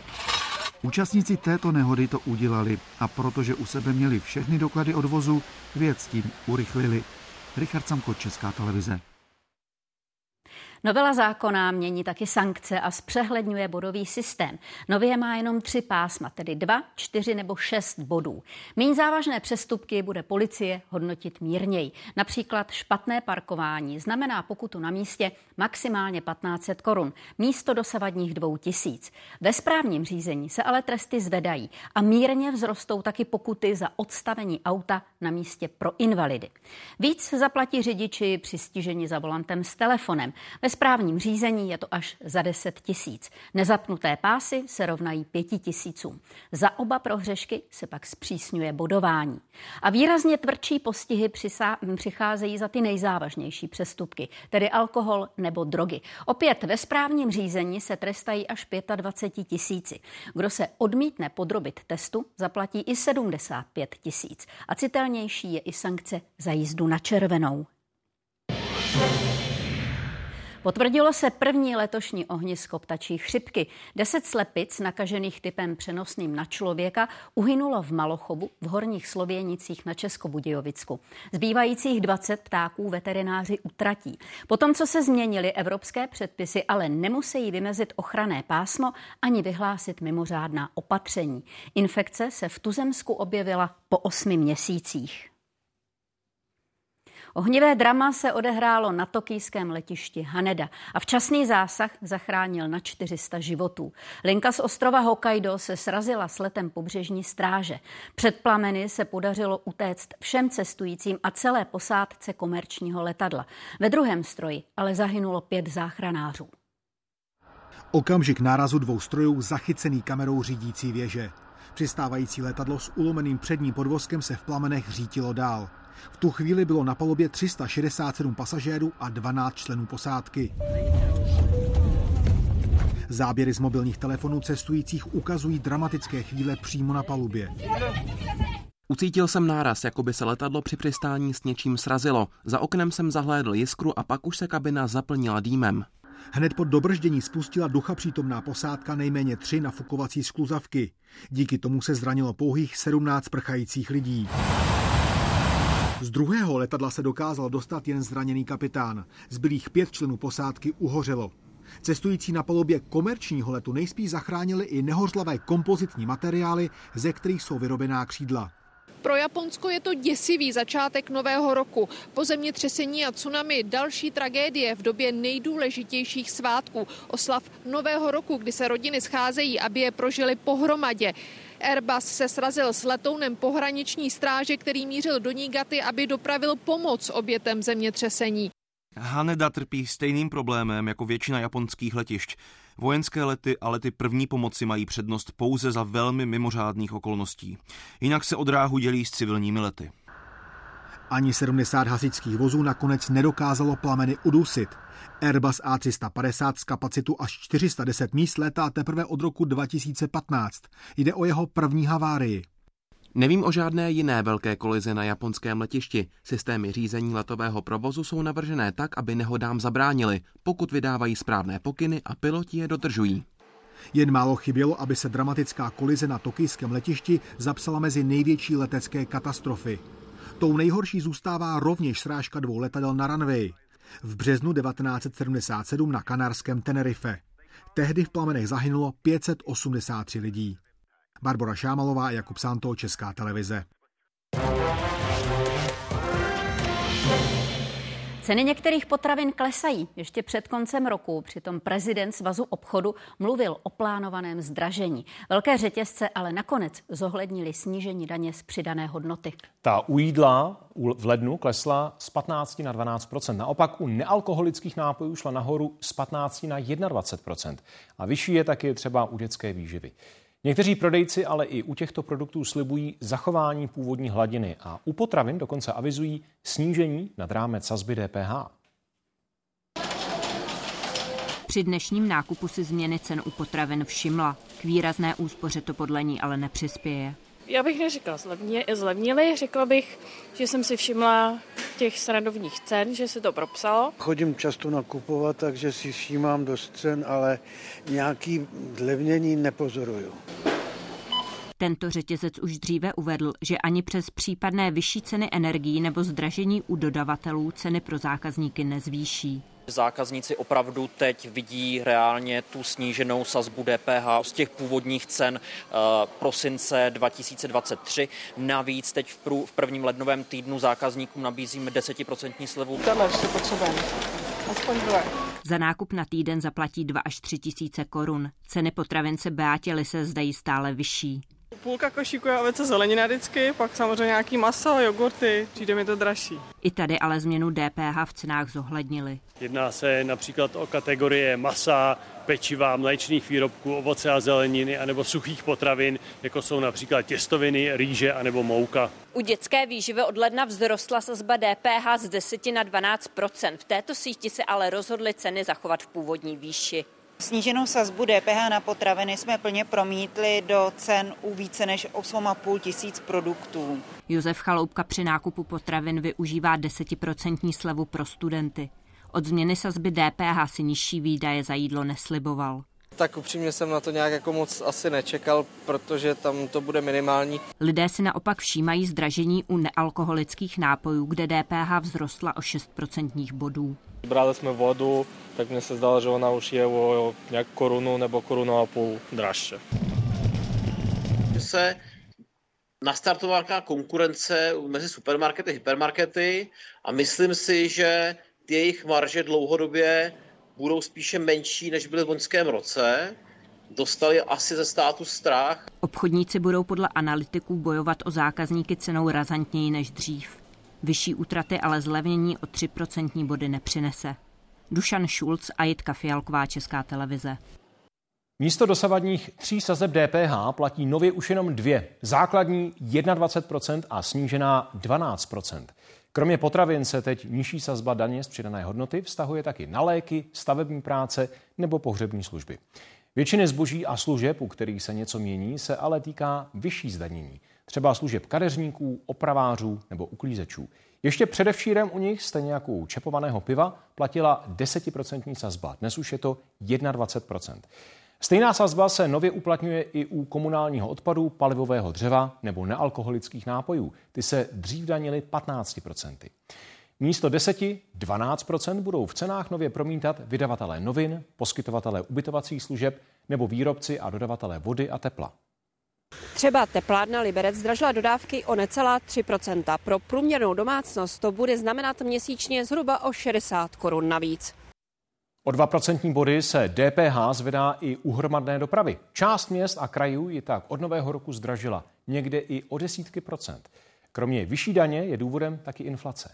Účastníci této nehody to udělali a protože u sebe měli všechny doklady odvozu, věc tím urychlili. Richard Samko, Česká televize. Novela zákona mění taky sankce a zpřehledňuje bodový systém. Nově má jenom tři pásma, tedy dva, čtyři nebo šest bodů. Méně závažné přestupky bude policie hodnotit mírněji. Například špatné parkování znamená pokutu na místě maximálně patnáct set korun, místo dosavadních dvou tisíc. Ve správním řízení se ale tresty zvedají a mírně vzrostou taky pokuty za odstavení auta na místě pro invalidy. Víc zaplatí řidiči při stižení za volantem s telefonem. Ve správním řízení je to až za deset tisíc. Nezapnuté pásy se rovnají pěti tisícům. Za oba prohřešky se pak zpřísňuje bodování. A výrazně tvrdší postihy přicházejí za ty nejzávažnější přestupky, tedy alkohol nebo drogy. Opět ve správním řízení se trestají až dvacet pět tisíci. Kdo se odmítne podrobit testu, zaplatí i sedmdesát pět tisíc. A citelnější je i sankce za jízdu na červenou. Potvrdilo se první letošní ohnisko ptačí chřipky. Deset slepic nakažených typem přenosným na člověka uhynulo v Malochovu v Horních Slověnicích na Českobudějovicku. Zbývajících dvacet ptáků veterináři utratí. Potom, co se změnily evropské předpisy, ale nemusí vymezit ochranné pásmo ani vyhlásit mimořádná opatření. Infekce se v tuzemsku objevila po osmi měsících. Ohnivé drama se odehrálo na tokijském letišti Haneda a včasný zásah zachránil na čtyři sta životů. Linka z ostrova Hokkaido se srazila s letem pobřežní stráže. Před plameny se podařilo utéct všem cestujícím a celé posádce komerčního letadla. Ve druhém stroji ale zahynulo pět záchranářů. Okamžik nárazu dvou strojů zachycený kamerou řídící věže. Přistávající letadlo s ulomeným předním podvozkem se v plamenech řítilo dál. V tu chvíli bylo na palubě tři sta šedesát sedm pasažérů a dvanáct členů posádky. Záběry z mobilních telefonů cestujících ukazují dramatické chvíle přímo na palubě. Ucítil jsem náraz, jako by se letadlo při přistání s něčím srazilo. Za oknem jsem zahlédl jiskru a pak už se kabina zaplnila dýmem. Hned po dobrždění spustila duchapřítomná posádka nejméně tři nafukovací skluzavky. Díky tomu se zranilo pouhých sedmnáct prchajících lidí. Z druhého letadla se dokázal dostat jen zraněný kapitán. Zbylých pět členů posádky uhořelo. Cestující na palubě komerčního letu nejspíš zachránili i nehořlavé kompozitní materiály, ze kterých jsou vyrobená křídla. Pro Japonsko je to děsivý začátek nového roku. Po zemětřesení a tsunami další tragédie v době nejdůležitějších svátků. Oslav nového roku, kdy se rodiny scházejí, aby je prožili pohromadě. Airbus se srazil s letounem pohraniční stráže, který mířil do Niigaty, aby dopravil pomoc obětem zemětřesení. Haneda trpí stejným problémem jako většina japonských letišť. Vojenské lety a lety první pomoci mají přednost pouze za velmi mimořádných okolností. Jinak se od dráhu dělí s civilními lety. Ani sedmdesát hasičských vozů nakonec nedokázalo plameny udusit. Airbus A tři sta padesát z kapacitu až čtyři sta deset míst létá teprve od roku dva tisíce patnáct. Jde o jeho první havárii. Nevím o žádné jiné velké kolizi na japonském letišti. Systémy řízení letového provozu jsou navržené tak, aby nehodám zabránili, pokud vydávají správné pokyny a piloti je dodržují. Jen málo chybělo, aby se dramatická kolize na tokijském letišti zapsala mezi největší letecké katastrofy. Tou nejhorší zůstává rovněž srážka dvou letadel na runway. V březnu devatenáct set sedmdesát sedm na kanárském Tenerife. Tehdy v plamenech zahynulo pět set osmdesát tři lidí. Barbora Šámalová a Jakub Santo, Česká televize. Ceny některých potravin klesají. Ještě před koncem roku přitom prezident Svazu obchodu mluvil o plánovaném zdražení. Velké řetězce ale nakonec zohlednili snížení daně z přidané hodnoty. Ta u jídla v lednu klesla z patnáct na dvanáct procent. Naopak u nealkoholických nápojů šla nahoru z patnáct na dvacet jedna procent. A vyšší je taky třeba u dětské výživy. Někteří prodejci ale i u těchto produktů slibují zachování původní hladiny a u potravin dokonce avizují snížení nad rámec sazby D P H. Při dnešním nákupu si změny cen u potravin všimla. K výrazné úspoře to podle ní ale nepřispěje. Já bych neřekla zlevně, zlevnili, řekla bych, že jsem si všimla těch srandovních cen, že se to propsalo. Chodím často nakupovat, takže si všímám dost cen, ale nějaký zlevnění nepozoruju. Tento řetězec už dříve uvedl, že ani přes případné vyšší ceny energií nebo zdražení u dodavatelů ceny pro zákazníky nezvýší. Zákazníci opravdu teď vidí reálně tu sníženou sazbu D P H z těch původních cen uh, prosince dva tisíce dvacet tři. Navíc teď v, prů, v prvním lednovém týdnu zákazníkům nabízíme desetiprocentní slevu. Za nákup na týden zaplatí dva až tři tisíce korun. Ceny potravin se Beátě Lise zdají stále vyšší. Půlka košíku je ovoce, zelenina vždycky, pak samozřejmě nějaký maso, jogurty, přijde mi to dražší. I tady ale změnu D P H v cenách zohlednili. Jedná se například o kategorie masa, pečiva, mléčných výrobků, ovoce a zeleniny anebo suchých potravin, jako jsou například těstoviny, rýže anebo mouka. U dětské výživy od ledna vzrostla sazba D P H z deseti na dvanáct procent. V této síti se ale rozhodly ceny zachovat v původní výši. Sníženou sazbu D P H na potraviny jsme plně promítli do cen u více než osm a půl tisíc produktů. Josef Chaloupka při nákupu potravin využívá desetiprocentní slevu pro studenty. Od změny sazby D P H si nižší výdaje za jídlo nesliboval. Tak upřímně jsem na to nějak jako moc asi nečekal, protože tam to bude minimální. Lidé si naopak všímají zdražení u nealkoholických nápojů, kde D P H vzrostla o šest procentních bodů. Brali jsme vodu, tak mně se zdalo, že ona už je o nějak korunu nebo korunu a půl dražší. Se nastartovala konkurence mezi supermarkety a hypermarkety a myslím si, že ty jejich marže dlouhodobě budou spíše menší, než byly v loňském roce. Dostali asi ze státu strach. Obchodníci budou podle analytiků bojovat o zákazníky cenou razantněji než dřív. Vyšší útraty ale zlevnění o tři procentní body nepřinese. Dušan Šulc a Jitka Fialková, Česká televize. Místo dosavadních tří sazeb D P H platí nově už jenom dvě. Základní dvacet jedna procent a snížená dvanáct procent. Kromě potravin se teď nižší sazba daně z přidané hodnoty vztahuje taky na léky, stavební práce nebo pohřební služby. Většiny zboží a služeb, u kterých se něco mění, se ale týká vyšší zdanění. Třeba služeb kadeřníků, opravářů nebo uklízečů. Ještě předevčírem u nich, stejně jako u čepovaného piva, platila desetiprocentní sazba. Dnes už je to dvacet jedna procent. Stejná sazba se nově uplatňuje i u komunálního odpadu, palivového dřeva nebo nealkoholických nápojů. Ty se dřív danily patnáct procent. Místo deset - dvanáct procent budou v cenách nově promítat vydavatelé novin, poskytovatelé ubytovacích služeb nebo výrobci a dodavatelé vody a tepla. Třeba teplárna Liberec zdražila dodávky o necelá tři procenta. Pro průměrnou domácnost to bude znamenat měsíčně zhruba o šedesát korun navíc. O dva procentní body se D P H zvedá i u hromadné dopravy. Část měst a krajů ji tak od nového roku zdražila, někde i o desítky procent. Kromě vyšší daně je důvodem taky inflace.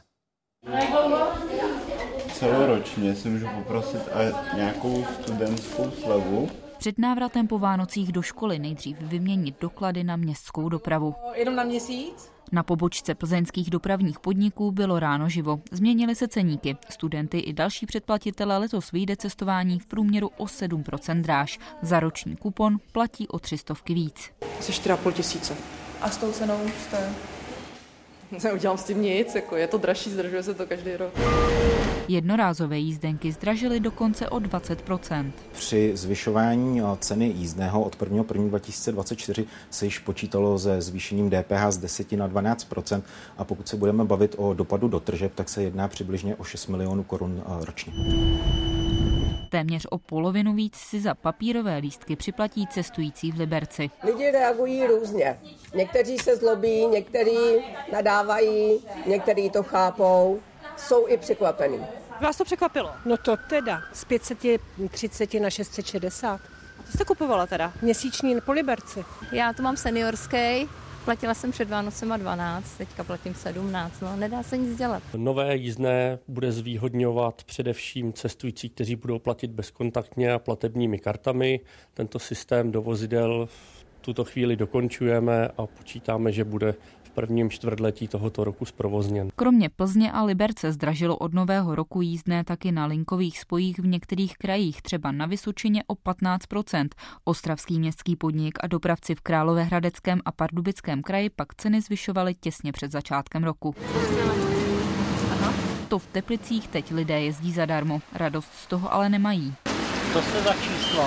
Celoročně si můžu poprosit nějakou studentskou slevu. Před návratem po Vánocích do školy nejdřív vyměnit doklady na městskou dopravu. Jenom na měsíc? Na pobočce plzeňských dopravních podniků bylo ráno živo. Změnily se ceníky. Studenty i další předplatitele letos vyjde cestování v průměru o sedm procent dráž. Za roční kupon platí o tři stovky víc. Asi čtyři a půl tisíce. A s tou cenou jste? Neudělám s tím nic, jako je to dražší, zdražuje se to každý rok. Jednorázové jízdenky zdražily dokonce o dvacet procent. Při zvyšování ceny jízdného od prvního prvního dva tisíce dvacet čtyři se již počítalo se zvýšením D P H z deset na dvanáct procent a pokud se budeme bavit o dopadu do tržeb, tak se jedná přibližně o šest milionů korun ročně. Téměř o polovinu víc si za papírové lístky připlatí cestující v Liberci. Lidi reagují různě. Někteří se zlobí, někteří nadávají, někteří to chápou. Jsou i překvapení. Vás to překvapilo? No to teda. Z pět set třicet na šest set šedesát. Co jste kupovala teda? Měsíční po Liberci. Já to mám seniorský. Platila jsem před Vánocema dvanáct, teďka platím sedmnáct, no nedá se nic dělat. Nové jízdné bude zvýhodňovat především cestující, kteří budou platit bezkontaktně a platebními kartami. Tento systém do vozidel v tuto chvíli dokončujeme a počítáme, že bude v prvním čtvrtletí tohoto roku zprovozněn. Kromě Plzně a Liberce zdražilo od nového roku jízdné taky na linkových spojích v některých krajích, třeba na Vysočině o patnáct procent. Ostravský městský podnik a dopravci v Královéhradeckém a Pardubickém kraji pak ceny zvyšovaly těsně před začátkem roku. Aha. To v Teplicích teď lidé jezdí zadarmo. Radost z toho ale nemají. To se za číslo?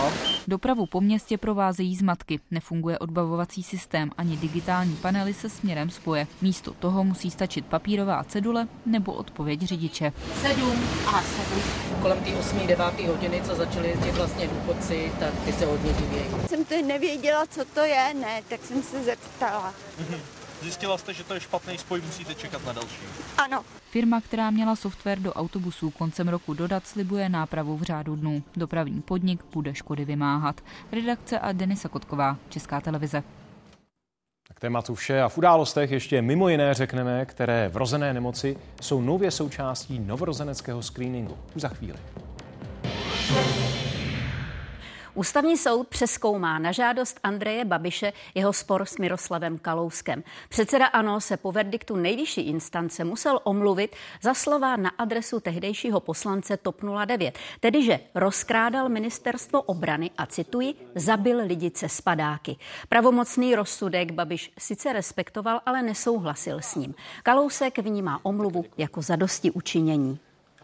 Dopravu po městě provázejí zmatky, nefunguje odbavovací systém ani digitální panely se směrem spoje. Místo toho musí stačit papírová cedule nebo odpověď řidiče. Sedm a sedm. Kolem té osmé, deváté hodiny, co začali jezdit vlastně důchodci, tak ty se hodně divějí. Jsem to nevěděla, co to je, ne, tak jsem se zeptala. Zjistila jste, že to je špatný spoj, musíte čekat na další. Ano. Firma, která měla software do autobusů koncem roku dodat, slibuje nápravu v řádu dnů. Dopravní podnik bude škody vymáhat. Redakce a Denisa Kotková, Česká televize. K tématu vše a v událostech ještě mimo jiné řekneme, které vrozené nemoci jsou nově součástí novorozeneckého screeningu. Už za chvíli. Ústavní soud přezkoumá na žádost Andreje Babiše jeho spor s Miroslavem Kalouskem. Předseda ANO se po verdiktu nejvyšší instance musel omluvit za slova na adresu tehdejšího poslance TOP nula devět, tedy že rozkrádal ministerstvo obrany a cituji, zabil lidice spadáky. Pravomocný rozsudek Babiš sice respektoval, ale nesouhlasil s ním. Kalousek vnímá omluvu jako zadosti učinění.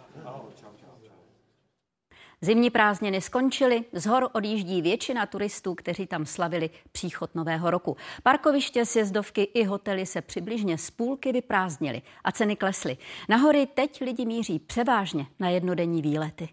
Zimní prázdniny skončily, z hor odjíždí většina turistů, kteří tam slavili příchod nového roku. Parkoviště, sjezdovky i hotely se přibližně z půlky vyprázdnily a ceny klesly. Na hory teď lidi míří převážně na jednodenní výlety.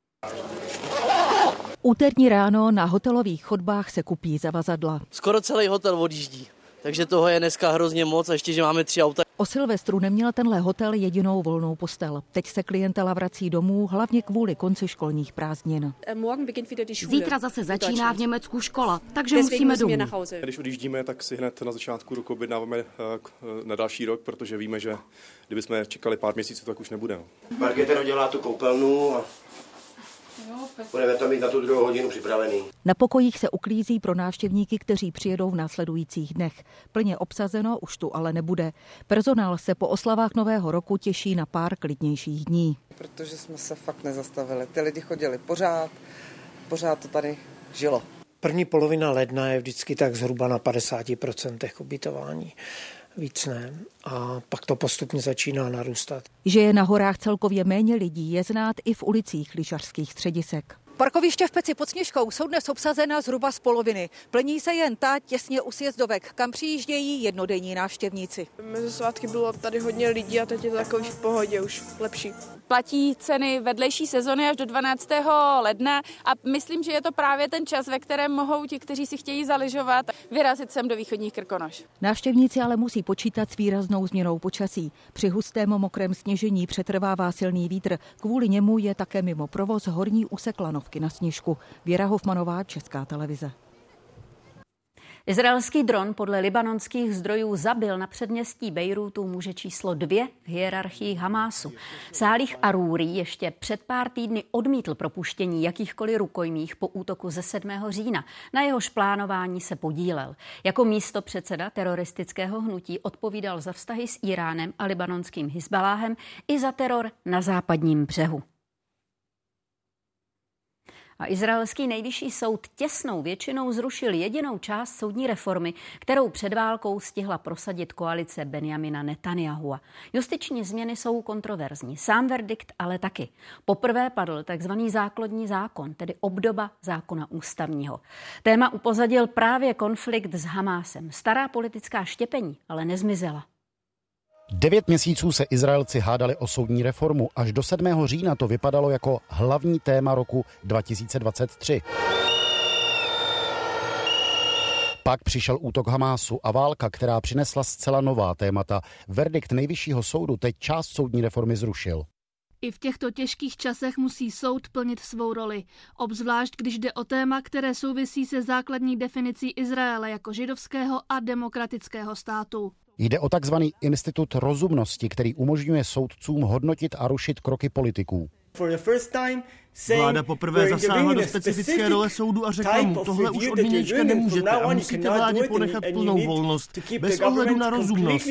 Úterní ráno na hotelových chodbách se kupí zavazadla. Skoro celý hotel odjíždí, takže toho je dneska hrozně moc a ještě, že máme tři auta. O Silvestru neměl tenhle hotel jedinou volnou postel. Teď se klientela vrací domů, hlavně kvůli konci školních prázdnin. Zítra zase začíná v Německu škola, takže musíme domů. Když odjíždíme, tak si hned na začátku roku objednáváme na další rok, protože víme, že kdybychom čekali pár měsíců, tak už nebude. Markéta dělá tu koupelnu a budeme tam mít na tu druhou hodinu připravený. Na pokojích se uklízí pro návštěvníky, kteří přijedou v následujících dnech. Plně obsazeno už tu ale nebude. Personál se po oslavách Nového roku těší na pár klidnějších dní. Protože jsme se fakt nezastavili. Ty lidi chodili pořád, pořád to tady žilo. První polovina ledna je vždycky tak zhruba na padesát procent ubytování. Víc ne. A pak to postupně začíná narůstat. Že je na horách celkově méně lidí, je znát i v ulicích lyžařských středisek. Parkoviště v Peci pod Sněžkou jsou dnes obsazena zhruba z poloviny. Plní se jen ta těsně u sjezdovek, kam přijíždějí jednodenní návštěvníci. Mezi svátky bylo tady hodně lidí a teď je to takový v pohodě, už lepší. Platí ceny vedlejší sezony až do dvanáctého ledna a myslím, že je to právě ten čas, ve kterém mohou ti, kteří si chtějí zaližovat, vyrazit sem do východních Krkonoš. Návštěvníci ale musí počítat s výraznou změnou počasí. Při hustém mokrém sněžení přetrvává silný vítr. Kvůli němu je také mimo provoz horní úsek lanovky na Sněžku. Věra Hofmanová, Česká televize. Izraelský dron podle libanonských zdrojů zabil na předměstí Bejrútu muže číslo dvě v hierarchii Hamásu. Sálih Arúri ještě před pár týdny odmítl propuštění jakýchkoliv rukojmích po útoku ze sedmého října. Na jehož plánování se podílel. Jako místopředseda teroristického hnutí odpovídal za vztahy s Iránem a libanonským Hizbaláhem i za teror na západním břehu. A izraelský nejvyšší soud těsnou většinou zrušil jedinou část soudní reformy, kterou před válkou stihla prosadit koalice Benjamina Netanyahua. Justiční změny jsou kontroverzní, sám verdikt ale taky. Poprvé padl takzvaný základní zákon, tedy obdoba zákona ústavního. Téma upozadil právě konflikt s Hamásem. Stará politická štěpení ale nezmizela. Devět měsíců se Izraelci hádali o soudní reformu. Až do sedmého října to vypadalo jako hlavní téma roku dva tisíce dvacet tři. Pak přišel útok Hamásu a válka, která přinesla zcela nová témata. Verdikt nejvyššího soudu teď část soudní reformy zrušil. I v těchto těžkých časech musí soud plnit svou roli. Obzvlášť, když jde o téma, které souvisí se základní definicí Izraele jako židovského a demokratického státu. Jde o takzvaný institut rozumnosti, který umožňuje soudcům hodnotit a rušit kroky politiků. Vláda poprvé zasáhla do specifické role soudu a řekla mu, tohle už od nynějška nemůžete a musíte vládě ponechat plnou volnost, bez ohledu na rozumnost.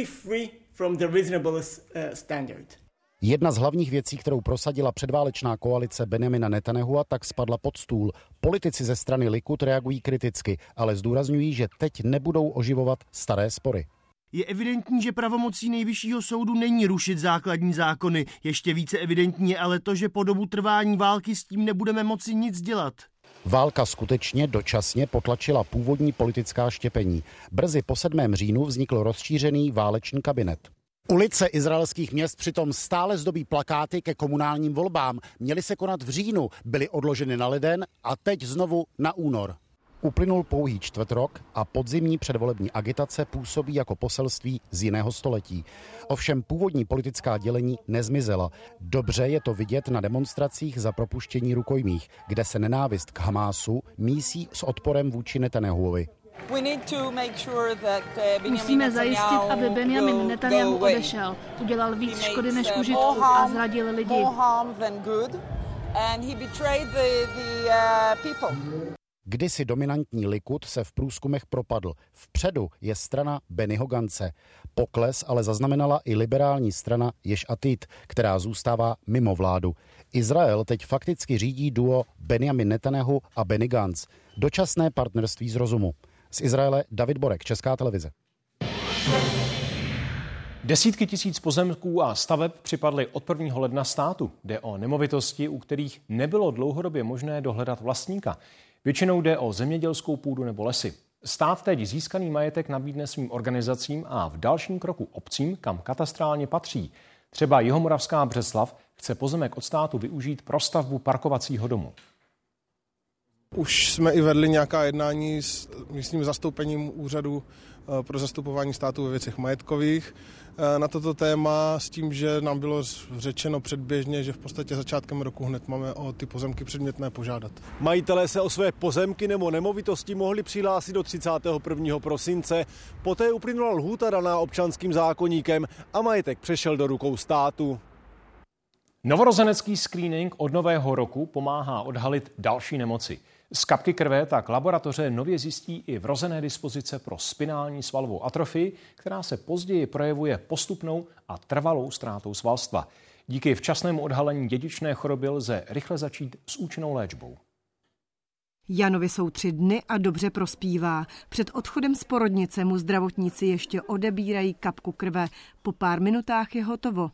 Jedna z hlavních věcí, kterou prosadila předválečná koalice Benjamina Netanyahua, tak spadla pod stůl. Politici ze strany Likud reagují kriticky, ale zdůrazňují, že teď nebudou oživovat staré spory. Je evidentní, že pravomocí nejvyššího soudu není rušit základní zákony. Ještě více evidentní je ale to, že po dobu trvání války s tím nebudeme moci nic dělat. Válka skutečně dočasně potlačila původní politická štěpení. Brzy po sedmém říjnu vznikl rozšířený válečný kabinet. Ulice izraelských měst přitom stále zdobí plakáty ke komunálním volbám. Měly se konat v říjnu, byly odloženy na leden a teď znovu na únor. Uplynul pouhý čtvrtrok a podzimní předvolební agitace působí jako poselství z jiného století. Ovšem původní politická dělení nezmizela. Dobře je to vidět na demonstracích za propuštění rukojmích, kde se nenávist k Hamásu mísí s odporem vůči Netanjahuovi. Musíme zajistit, aby Benjamin Netanjahu odešel. Udělal víc škody než užitku a zradil lidi. Kdysi dominantní Likud se v průzkumech propadl. Vpředu je strana Bennyho Gantze. Pokles ale zaznamenala i liberální strana Jesh Atid, která zůstává mimo vládu. Izrael teď fakticky řídí duo Benjamin Netanjahu a Benny Gantz. Dočasné partnerství z rozumu. Z Izraele David Borek, Česká televize. Desítky tisíc pozemků a staveb připadly od prvního ledna státu. Jde o nemovitosti, u kterých nebylo dlouhodobě možné dohledat vlastníka. Většinou jde o zemědělskou půdu nebo lesy. Stát teď získaný majetek nabídne svým organizacím a v dalším kroku obcím, kam katastrálně patří. Třeba Jihomoravská Břeclav chce pozemek od státu využít pro stavbu parkovacího domu. Už jsme i vedli nějaká jednání s místním zastoupením úřadu pro zastupování státu ve věcech majetkových na toto téma s tím, že nám bylo řečeno předběžně, že v podstatě začátkem roku hned máme o ty pozemky předmětné požádat. Majitelé se o své pozemky nebo nemovitosti mohli přihlásit do třicátého prvního prosince. Poté uplynula lhůta daná občanským zákoníkem a majetek přešel do rukou státu. Novorozenecký screening od nového roku pomáhá odhalit další nemoci. Z kapky krve tak laboratoře nově zjistí i vrozené dispozice pro spinální svalovou atrofii, která se později projevuje postupnou a trvalou ztrátou svalstva. Díky včasnému odhalení dědičné choroby lze rychle začít s účinnou léčbou. Janovi jsou tři dny a dobře prospívá. Před odchodem z porodnice mu zdravotníci ještě odebírají kapku krve. Po pár minutách je hotovo.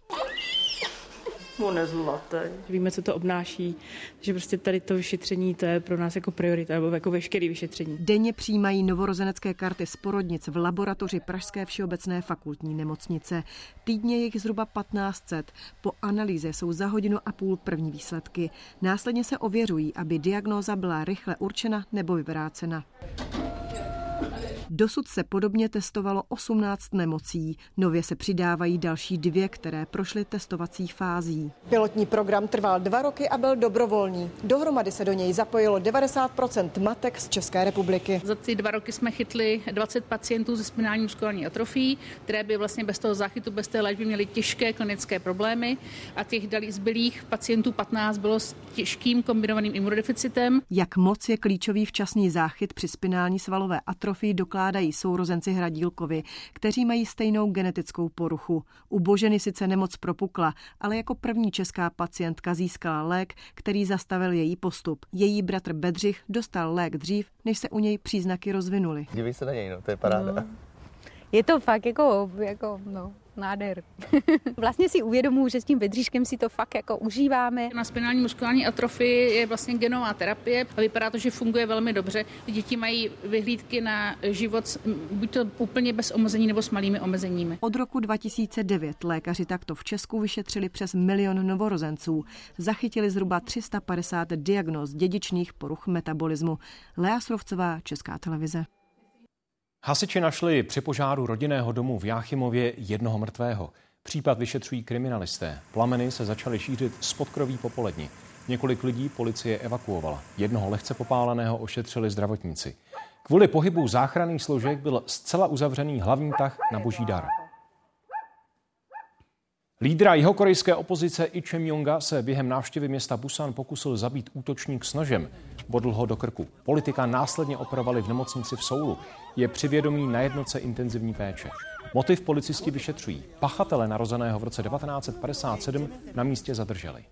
Nezlaté. Víme, co to obnáší, že prostě tady to vyšetření, to je pro nás jako priorita, nebo jako veškeré vyšetření. Denně přijímají novorozenecké karty z porodnic v laboratoři Pražské všeobecné fakultní nemocnice. Týdně je jich zhruba patnáct set. Po analýze jsou za hodinu a půl první výsledky. Následně se ověřují, aby diagnóza byla rychle určena nebo vyvrácena. Dosud se podobně testovalo osmnáct nemocí. Nově se přidávají další dvě, které prošly testovací fází. Pilotní program trval dva roky a byl dobrovolný. Dohromady se do něj zapojilo devadesát procent matek z České republiky. Za ty dva roky jsme chytli dvacet pacientů se spinální muskulární atrofií, které by vlastně bez toho záchytu, bez té léčby měly těžké klinické problémy a těch dalých zbylých pacientů patnáct bylo s těžkým kombinovaným imunodeficitem. Jak moc je klíčový včasný záchyt při spinální svalové atrofii dokládají sourozenci Hradílkovi, kteří mají stejnou genetickou poruchu. U Boženy sice nemoc propukla, ale jako první česká pacientka získala lék, který zastavil její postup. Její bratr Bedřich dostal lék dřív, než se u něj příznaky rozvinuly. Dívej se na něj, no, to je paráda. No. Je to fakt jako, jako no, nádher. Vlastně si uvědomuji, že s tím Bedříškem si to fakt jako užíváme. Na spinální muskulární atrofii je vlastně genová terapie a vypadá to, že funguje velmi dobře. Děti mají vyhlídky na život buď to úplně bez omezení nebo s malými omezeními. Od roku dva tisíce devět lékaři takto v Česku vyšetřili přes milion novorozenců. Zachytili zhruba tři sta padesát diagnóz dědičných poruch metabolismu. Lea Srovcová, Česká televize. Hasiči našli při požáru rodinného domu v Jáchymově jednoho mrtvého. Případ vyšetřují kriminalisté. Plameny se začaly šířit z podkroví popolední. Několik lidí policie evakuovala. Jednoho lehce popáleného ošetřili zdravotníci. Kvůli pohybu záchranných složek byl zcela uzavřený hlavní tah na Boží dar. Lídra jihokorejské opozice Lee Jae-myunga se během návštěvy města Busan pokusil zabít útočník s nožem. Bodl ho do krku. Politika následně operovali v nemocnici v Soulu. Je při vědomí na jednotce intenzivní péče. Motiv policisti vyšetřují. Pachatele narozeného v roce devatenáct set padesát sedm na místě zadrželi.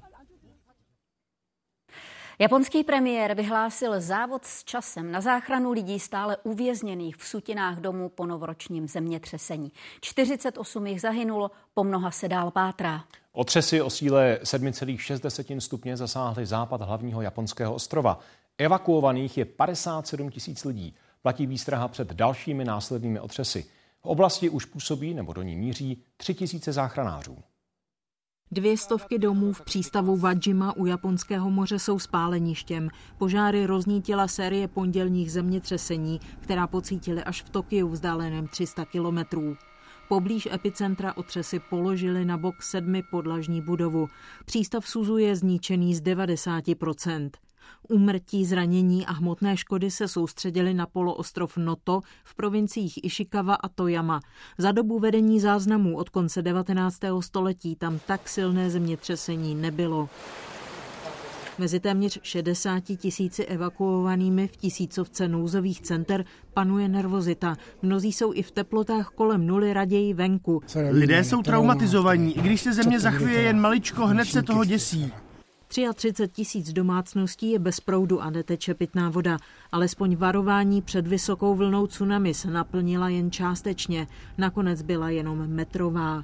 Japonský premiér vyhlásil závod s časem na záchranu lidí stále uvězněných v sutinách domu po novoročním zemětřesení. čtyřicet osm jich zahynulo, po mnoha se dál pátrá. Otřesy o síle sedm celá šest stupně zasáhly západ hlavního japonského ostrova. Evakuovaných je padesát sedm tisíc lidí. Platí výstraha před dalšími následnými otřesy. V oblasti už působí nebo do ní míří tři tisíce záchranářů. Dvě stovky domů v přístavu Wajima u Japonského moře jsou spáleništěm. Požáry roznítila série pondělních zemětřesení, která pocítili až v Tokiu vzdáleném tři sta kilometrů. Poblíž epicentra otřesy položili na bok sedmi podlažní budovu. Přístav Suzu je zničený z devadesát procent. Úmrtí, zranění a hmotné škody se soustředily na poloostrov Noto v provinciích Ishikawa a Toyama. Za dobu vedení záznamů od konce devatenáctého století tam tak silné zemětřesení nebylo. Mezi téměř šedesáti tisíci evakuovanými v tisícovce nouzových center panuje nervozita. Mnozí jsou i v teplotách kolem nuly raději venku. Lidé jsou traumatizovaní, i když se země zachvěje jen maličko, hned se toho děsí. třicet tři tisíc domácností je bez proudu a neteče pitná voda. Alespoň varování před vysokou vlnou tsunami se naplnila jen částečně. Nakonec byla jenom metrová.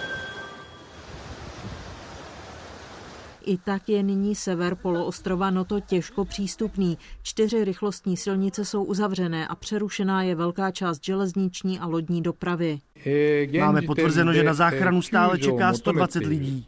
I tak je nyní sever poloostrova Noto těžko přístupný. Čtyři rychlostní silnice jsou uzavřené a přerušená je velká část železniční a lodní dopravy. Máme potvrzeno, že na záchranu stále čeká sto dvacet lidí.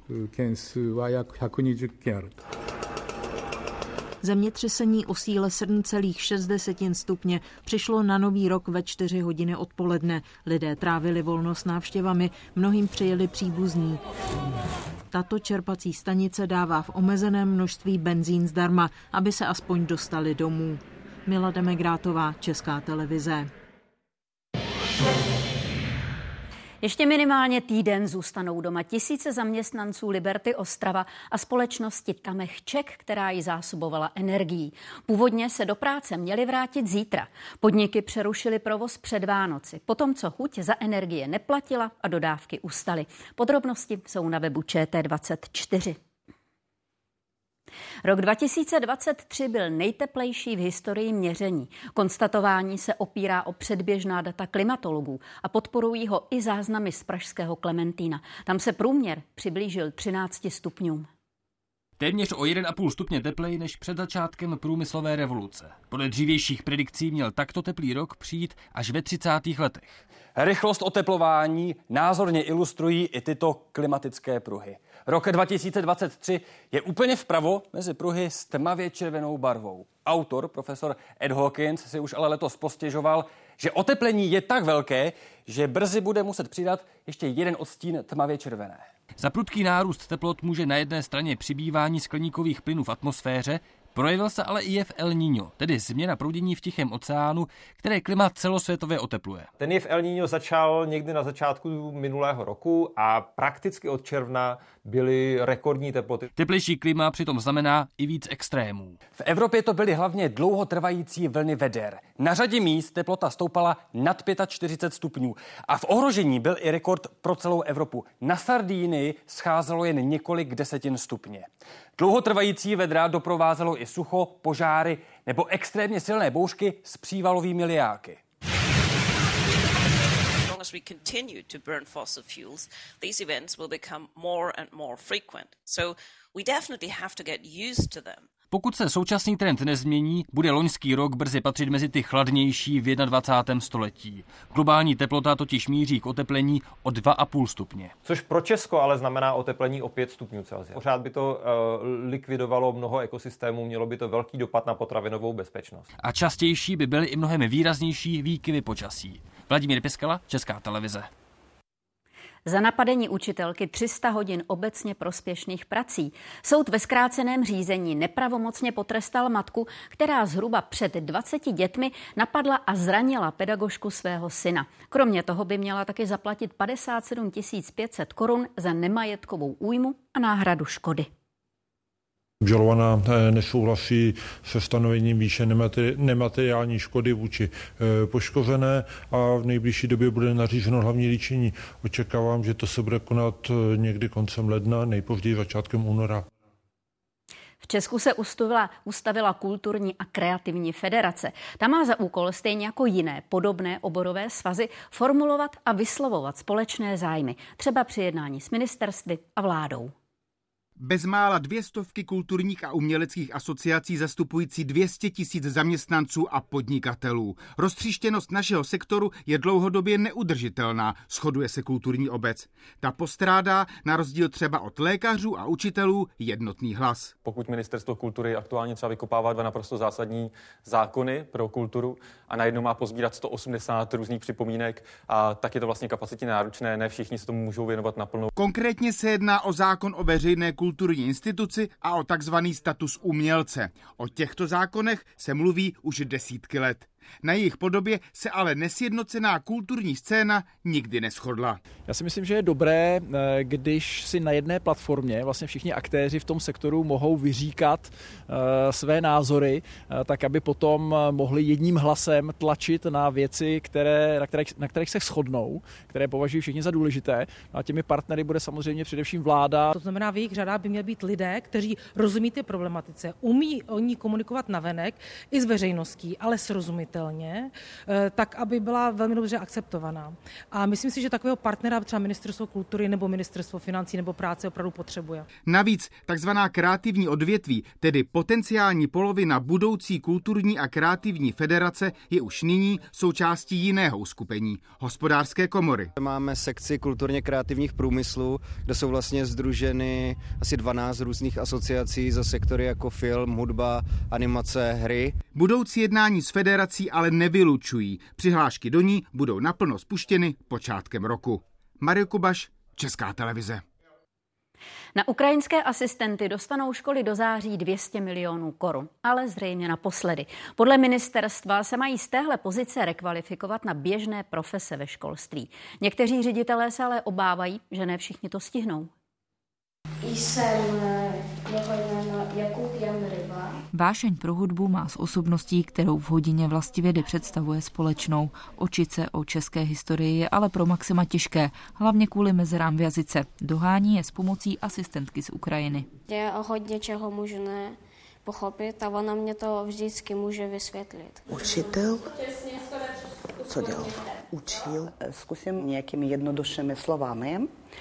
Zemětřesení o síle sedm celá šest stupně přišlo na Nový rok ve čtyři hodiny odpoledne. Lidé trávili volno s návštěvami, mnohým přijeli příbuzní. Tato čerpací stanice dává v omezeném množství benzín zdarma, aby se aspoň dostali domů. Mila Demegrátová, Česká televize. Ještě minimálně týden zůstanou doma tisíce zaměstnanců Liberty Ostrava a společnosti Tamech Czech, která ji zásobovala energií. Původně se do práce měli vrátit zítra. Podniky přerušily provoz před Vánoci, potom co chuť za energie neplatila a dodávky ustaly. Podrobnosti jsou na webu Č T dvacet čtyři. Rok dva tisíce dvacet tři byl nejteplejší v historii měření. Konstatování se opírá o předběžná data klimatologů a podporují ho i záznamy z pražského Klementína. Tam se průměr přiblížil třinácti stupňům. Téměř o jeden a půl stupně tepleji než před začátkem průmyslové revoluce. Podle dřívějších predikcí měl takto teplý rok přijít až ve třicátých letech. Rychlost oteplování názorně ilustrují i tyto klimatické pruhy. Rok dva tisíce dvacet tři je úplně vpravo mezi pruhy s tmavě červenou barvou. Autor, profesor Ed Hawkins, si už ale letos postěžoval, že oteplení je tak velké, že brzy bude muset přidat ještě jeden odstín tmavě červené. Za prudký nárůst teplot může na jedné straně přibývání skleníkových plynů v atmosféře, projevil se ale i jev El Niño, tedy změna proudění v Tichém oceánu, které klima celosvětově otepluje. Ten jev El Niño začal někdy na začátku minulého roku a prakticky od června byly rekordní teploty. Teplejší klima přitom znamená i víc extrémů. V Evropě to byly hlavně dlouhotrvající vlny veder. Na řadě míst teplota stoupala nad čtyřicet pět stupňů a v ohrožení byl i rekord pro celou Evropu. Na Sardínii scházelo jen několik desetin stupně. Dlouhotrvající vedra doprovázelo i sucho, požáry nebo extrémně silné bouřky s přívalovými liáky. As we continue to burn fossil fuels, these events will become more and more frequent. So we definitely have to get used to them. Pokud se současný trend nezmění, bude loňský rok brzy patřit mezi ty chladnější v dvacátém prvním století. Globální teplota totiž míří k oteplení o dva a půl stupně. Což pro Česko ale znamená oteplení o pět stupňů Celsia. Pořád by to uh, likvidovalo mnoho ekosystémů, mělo by to velký dopad na potravinovou bezpečnost. A častější by byly i mnohem výraznější výkyvy počasí. Vladimír Piskala, Česká televize. Za napadení učitelky tři sta hodin obecně prospěšných prací. Soud ve zkráceném řízení nepravomocně potrestal matku, která zhruba před dvaceti dětmi napadla a zranila pedagožku svého syna. Kromě toho by měla taky zaplatit padesát sedm tisíc pět set korun za nemajetkovou újmu a náhradu škody. Obžalovaná nesouhlasí se stanovením výše nemateriální škody vůči poškozené a v nejbližší době bude nařízeno hlavní líčení. Očekávám, že to se bude konat někdy koncem ledna, nejpozději začátkem února. V Česku se ustavila, ustavila kulturní a kreativní federace. Ta má za úkol, stejně jako jiné podobné oborové svazy, formulovat a vyslovovat společné zájmy, třeba při jednání s ministerstvy a vládou. Bezmála dvě stovky kulturních a uměleckých asociací zastupující dvě stě tisíc zaměstnanců a podnikatelů. Roztříštěnost našeho sektoru je dlouhodobě neudržitelná, shoduje se kulturní obec. Ta postrádá, na rozdíl třeba od lékařů a učitelů, jednotný hlas. Pokud Ministerstvo kultury aktuálně třeba vykopává dva naprosto zásadní zákony pro kulturu a najednou má pozbírat sto osmdesát různých připomínek, a tak je to vlastně kapacitně náročné, ne všichni se tomu můžou věnovat naplno. Konkrétně se jedná o zákon o veřejné kulturní instituci a o takzvaný status umělce. O těchto zákonech se mluví už desítky let. Na jejich podobě se ale nesjednocená kulturní scéna nikdy neshodla. Já si myslím, že je dobré, když si na jedné platformě vlastně všichni aktéři v tom sektoru mohou vyříkat své názory, tak aby potom mohli jedním hlasem tlačit na věci, které, na, kterých, na kterých se shodnou, které považují všichni za důležité. A těmi partnery bude samozřejmě především vláda. To znamená, v jejich řadách by měli být lidé, kteří rozumí té problematice, umí o ní komunikovat navenek i s veřejností, ale srozumitelně, tak, aby byla velmi dobře akceptovaná. A myslím si, že takového partnera třeba Ministerstvo kultury nebo Ministerstvo financí nebo práce opravdu potřebuje. Navíc takzvaná kreativní odvětví, tedy potenciální polovina budoucí kulturní a kreativní federace, je už nyní součástí jiného uskupení, Hospodářské komory. Máme sekci kulturně kreativních průmyslů, kde jsou vlastně sdruženy asi dvanáct různých asociací za sektory jako film, hudba, animace, hry. Budoucí jednání s federací ale nevylučují. Přihlášky do ní budou naplno spuštěny počátkem roku. Mario Kubaš, Česká televize. Na ukrajinské asistenty dostanou školy do září dvě stě milionů korun, ale zřejmě naposledy. Podle ministerstva se mají z téhle pozice rekvalifikovat na běžné profese ve školství. Někteří ředitelé se ale obávají, že ne všichni to stihnou. Jsem jeho jméno Jakub Jan Ryba. Vášeň pro hudbu má s osobností, kterou v hodině vlastivědy představuje společnou. Učit se o české historii je ale pro Maxima těžké, hlavně kvůli mezerám v jazyce. Dohání je s pomocí asistentky z Ukrajiny. Já hodně čeho můžu ne pochopit a ona mě to vždycky může vysvětlit. Učitel? Co dělal? Učil. Zkusím nějakými jednoduššími slovami.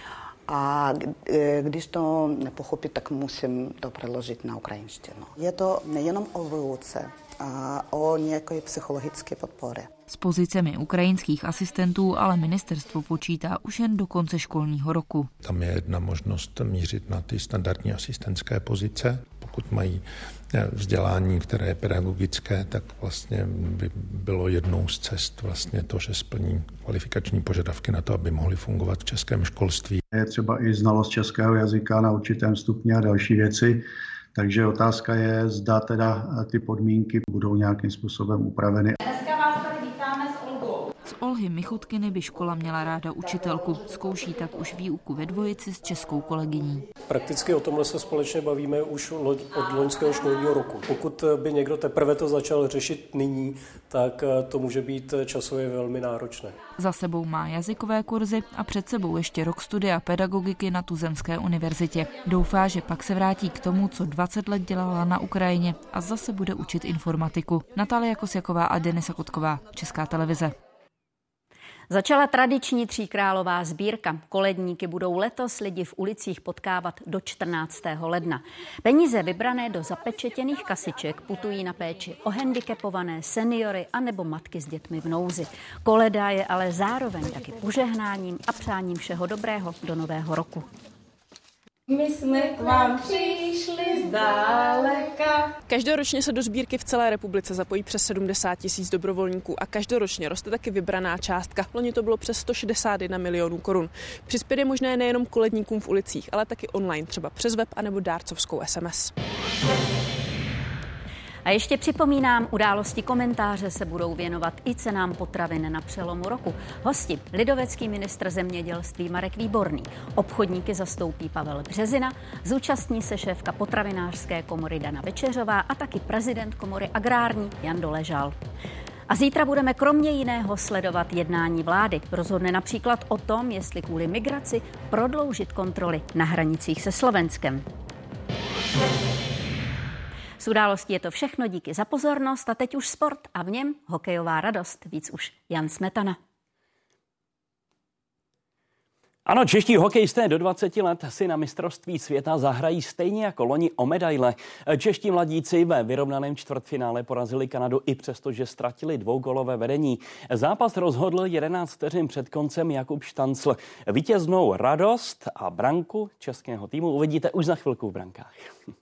A když to nepochopím, tak musím to přeložit na ukrajinštinu. Je to nejenom o výuce, a o nějaké psychologické podpoře. S pozicemi ukrajinských asistentů ale ministerstvo počítá už jen do konce školního roku. Tam je jedna možnost mířit na ty standardní asistentské pozice. Pokud mají vzdělání, které je pedagogické, tak vlastně by bylo jednou z cest vlastně to, že splní kvalifikační požadavky na to, aby mohli fungovat v českém školství. Je třeba i znalost českého jazyka na určitém stupni a další věci. Takže otázka je, zda teda ty podmínky budou nějakým způsobem upraveny. Dneska vás tady vítáme s Olgou. Z Olhy Michutkiny by škola měla ráda učitelku. Zkouší tak už výuku ve dvojici s českou kolegyní. Prakticky o tomhle se společně bavíme už od loňského školního roku. Pokud by někdo teprve to začal řešit nyní, tak to může být časově velmi náročné. Za sebou má jazykové kurzy a před sebou ještě rok studia pedagogiky na Tuzemské univerzitě. Doufá, že pak se vrátí k tomu, co dvacet let dělala na Ukrajině a zase bude učit informatiku. Natália Kosjaková a Denisa Kotková, Česká televize. Začala tradiční tříkrálová sbírka. Koledníky budou letos lidi v ulicích potkávat do čtrnáctého ledna. Peníze vybrané do zapečetěných kasiček putují na péči o handicapované, seniory anebo matky s dětmi v nouzi. Koleda je ale zároveň taky požehnáním a přáním všeho dobrého do nového roku. My jsme k vám přišli zdáleka. Každoročně se do sbírky v celé republice zapojí přes sedmdesát tisíc dobrovolníků a každoročně roste taky vybraná částka. Loni to bylo přes sto šedesát jedna milionů korun. Přispět je možné nejenom koledníkům v ulicích, ale taky online, třeba přes web anebo dárcovskou es em es. A ještě připomínám, události komentáře se budou věnovat i cenám potravin na přelomu roku. Hosti lidovecký ministr zemědělství Marek Výborný, obchodníky zastoupí Pavel Březina, zúčastní se šéfka potravinářské komory Dana Večeřová a taky prezident komory agrární Jan Doležal. A zítra budeme kromě jiného sledovat jednání vlády. Rozhodne například o tom, jestli kvůli migraci prodloužit kontroly na hranicích se Slovenskem. Z událostí je to všechno, díky za pozornost a teď už sport a v něm hokejová radost. Víc už Jan Smetana. Ano, čeští hokejisté do dvaceti let si na mistrovství světa zahrají stejně jako loni o medaile. Čeští mladíci ve vyrovnaném čtvrtfinále porazili Kanadu i přesto, že ztratili dvougólové vedení. Zápas rozhodl jedenáct vteřin před koncem Jakub Štancl. Vítěznou radost a branku českého týmu uvidíte už za chvilku v brankách.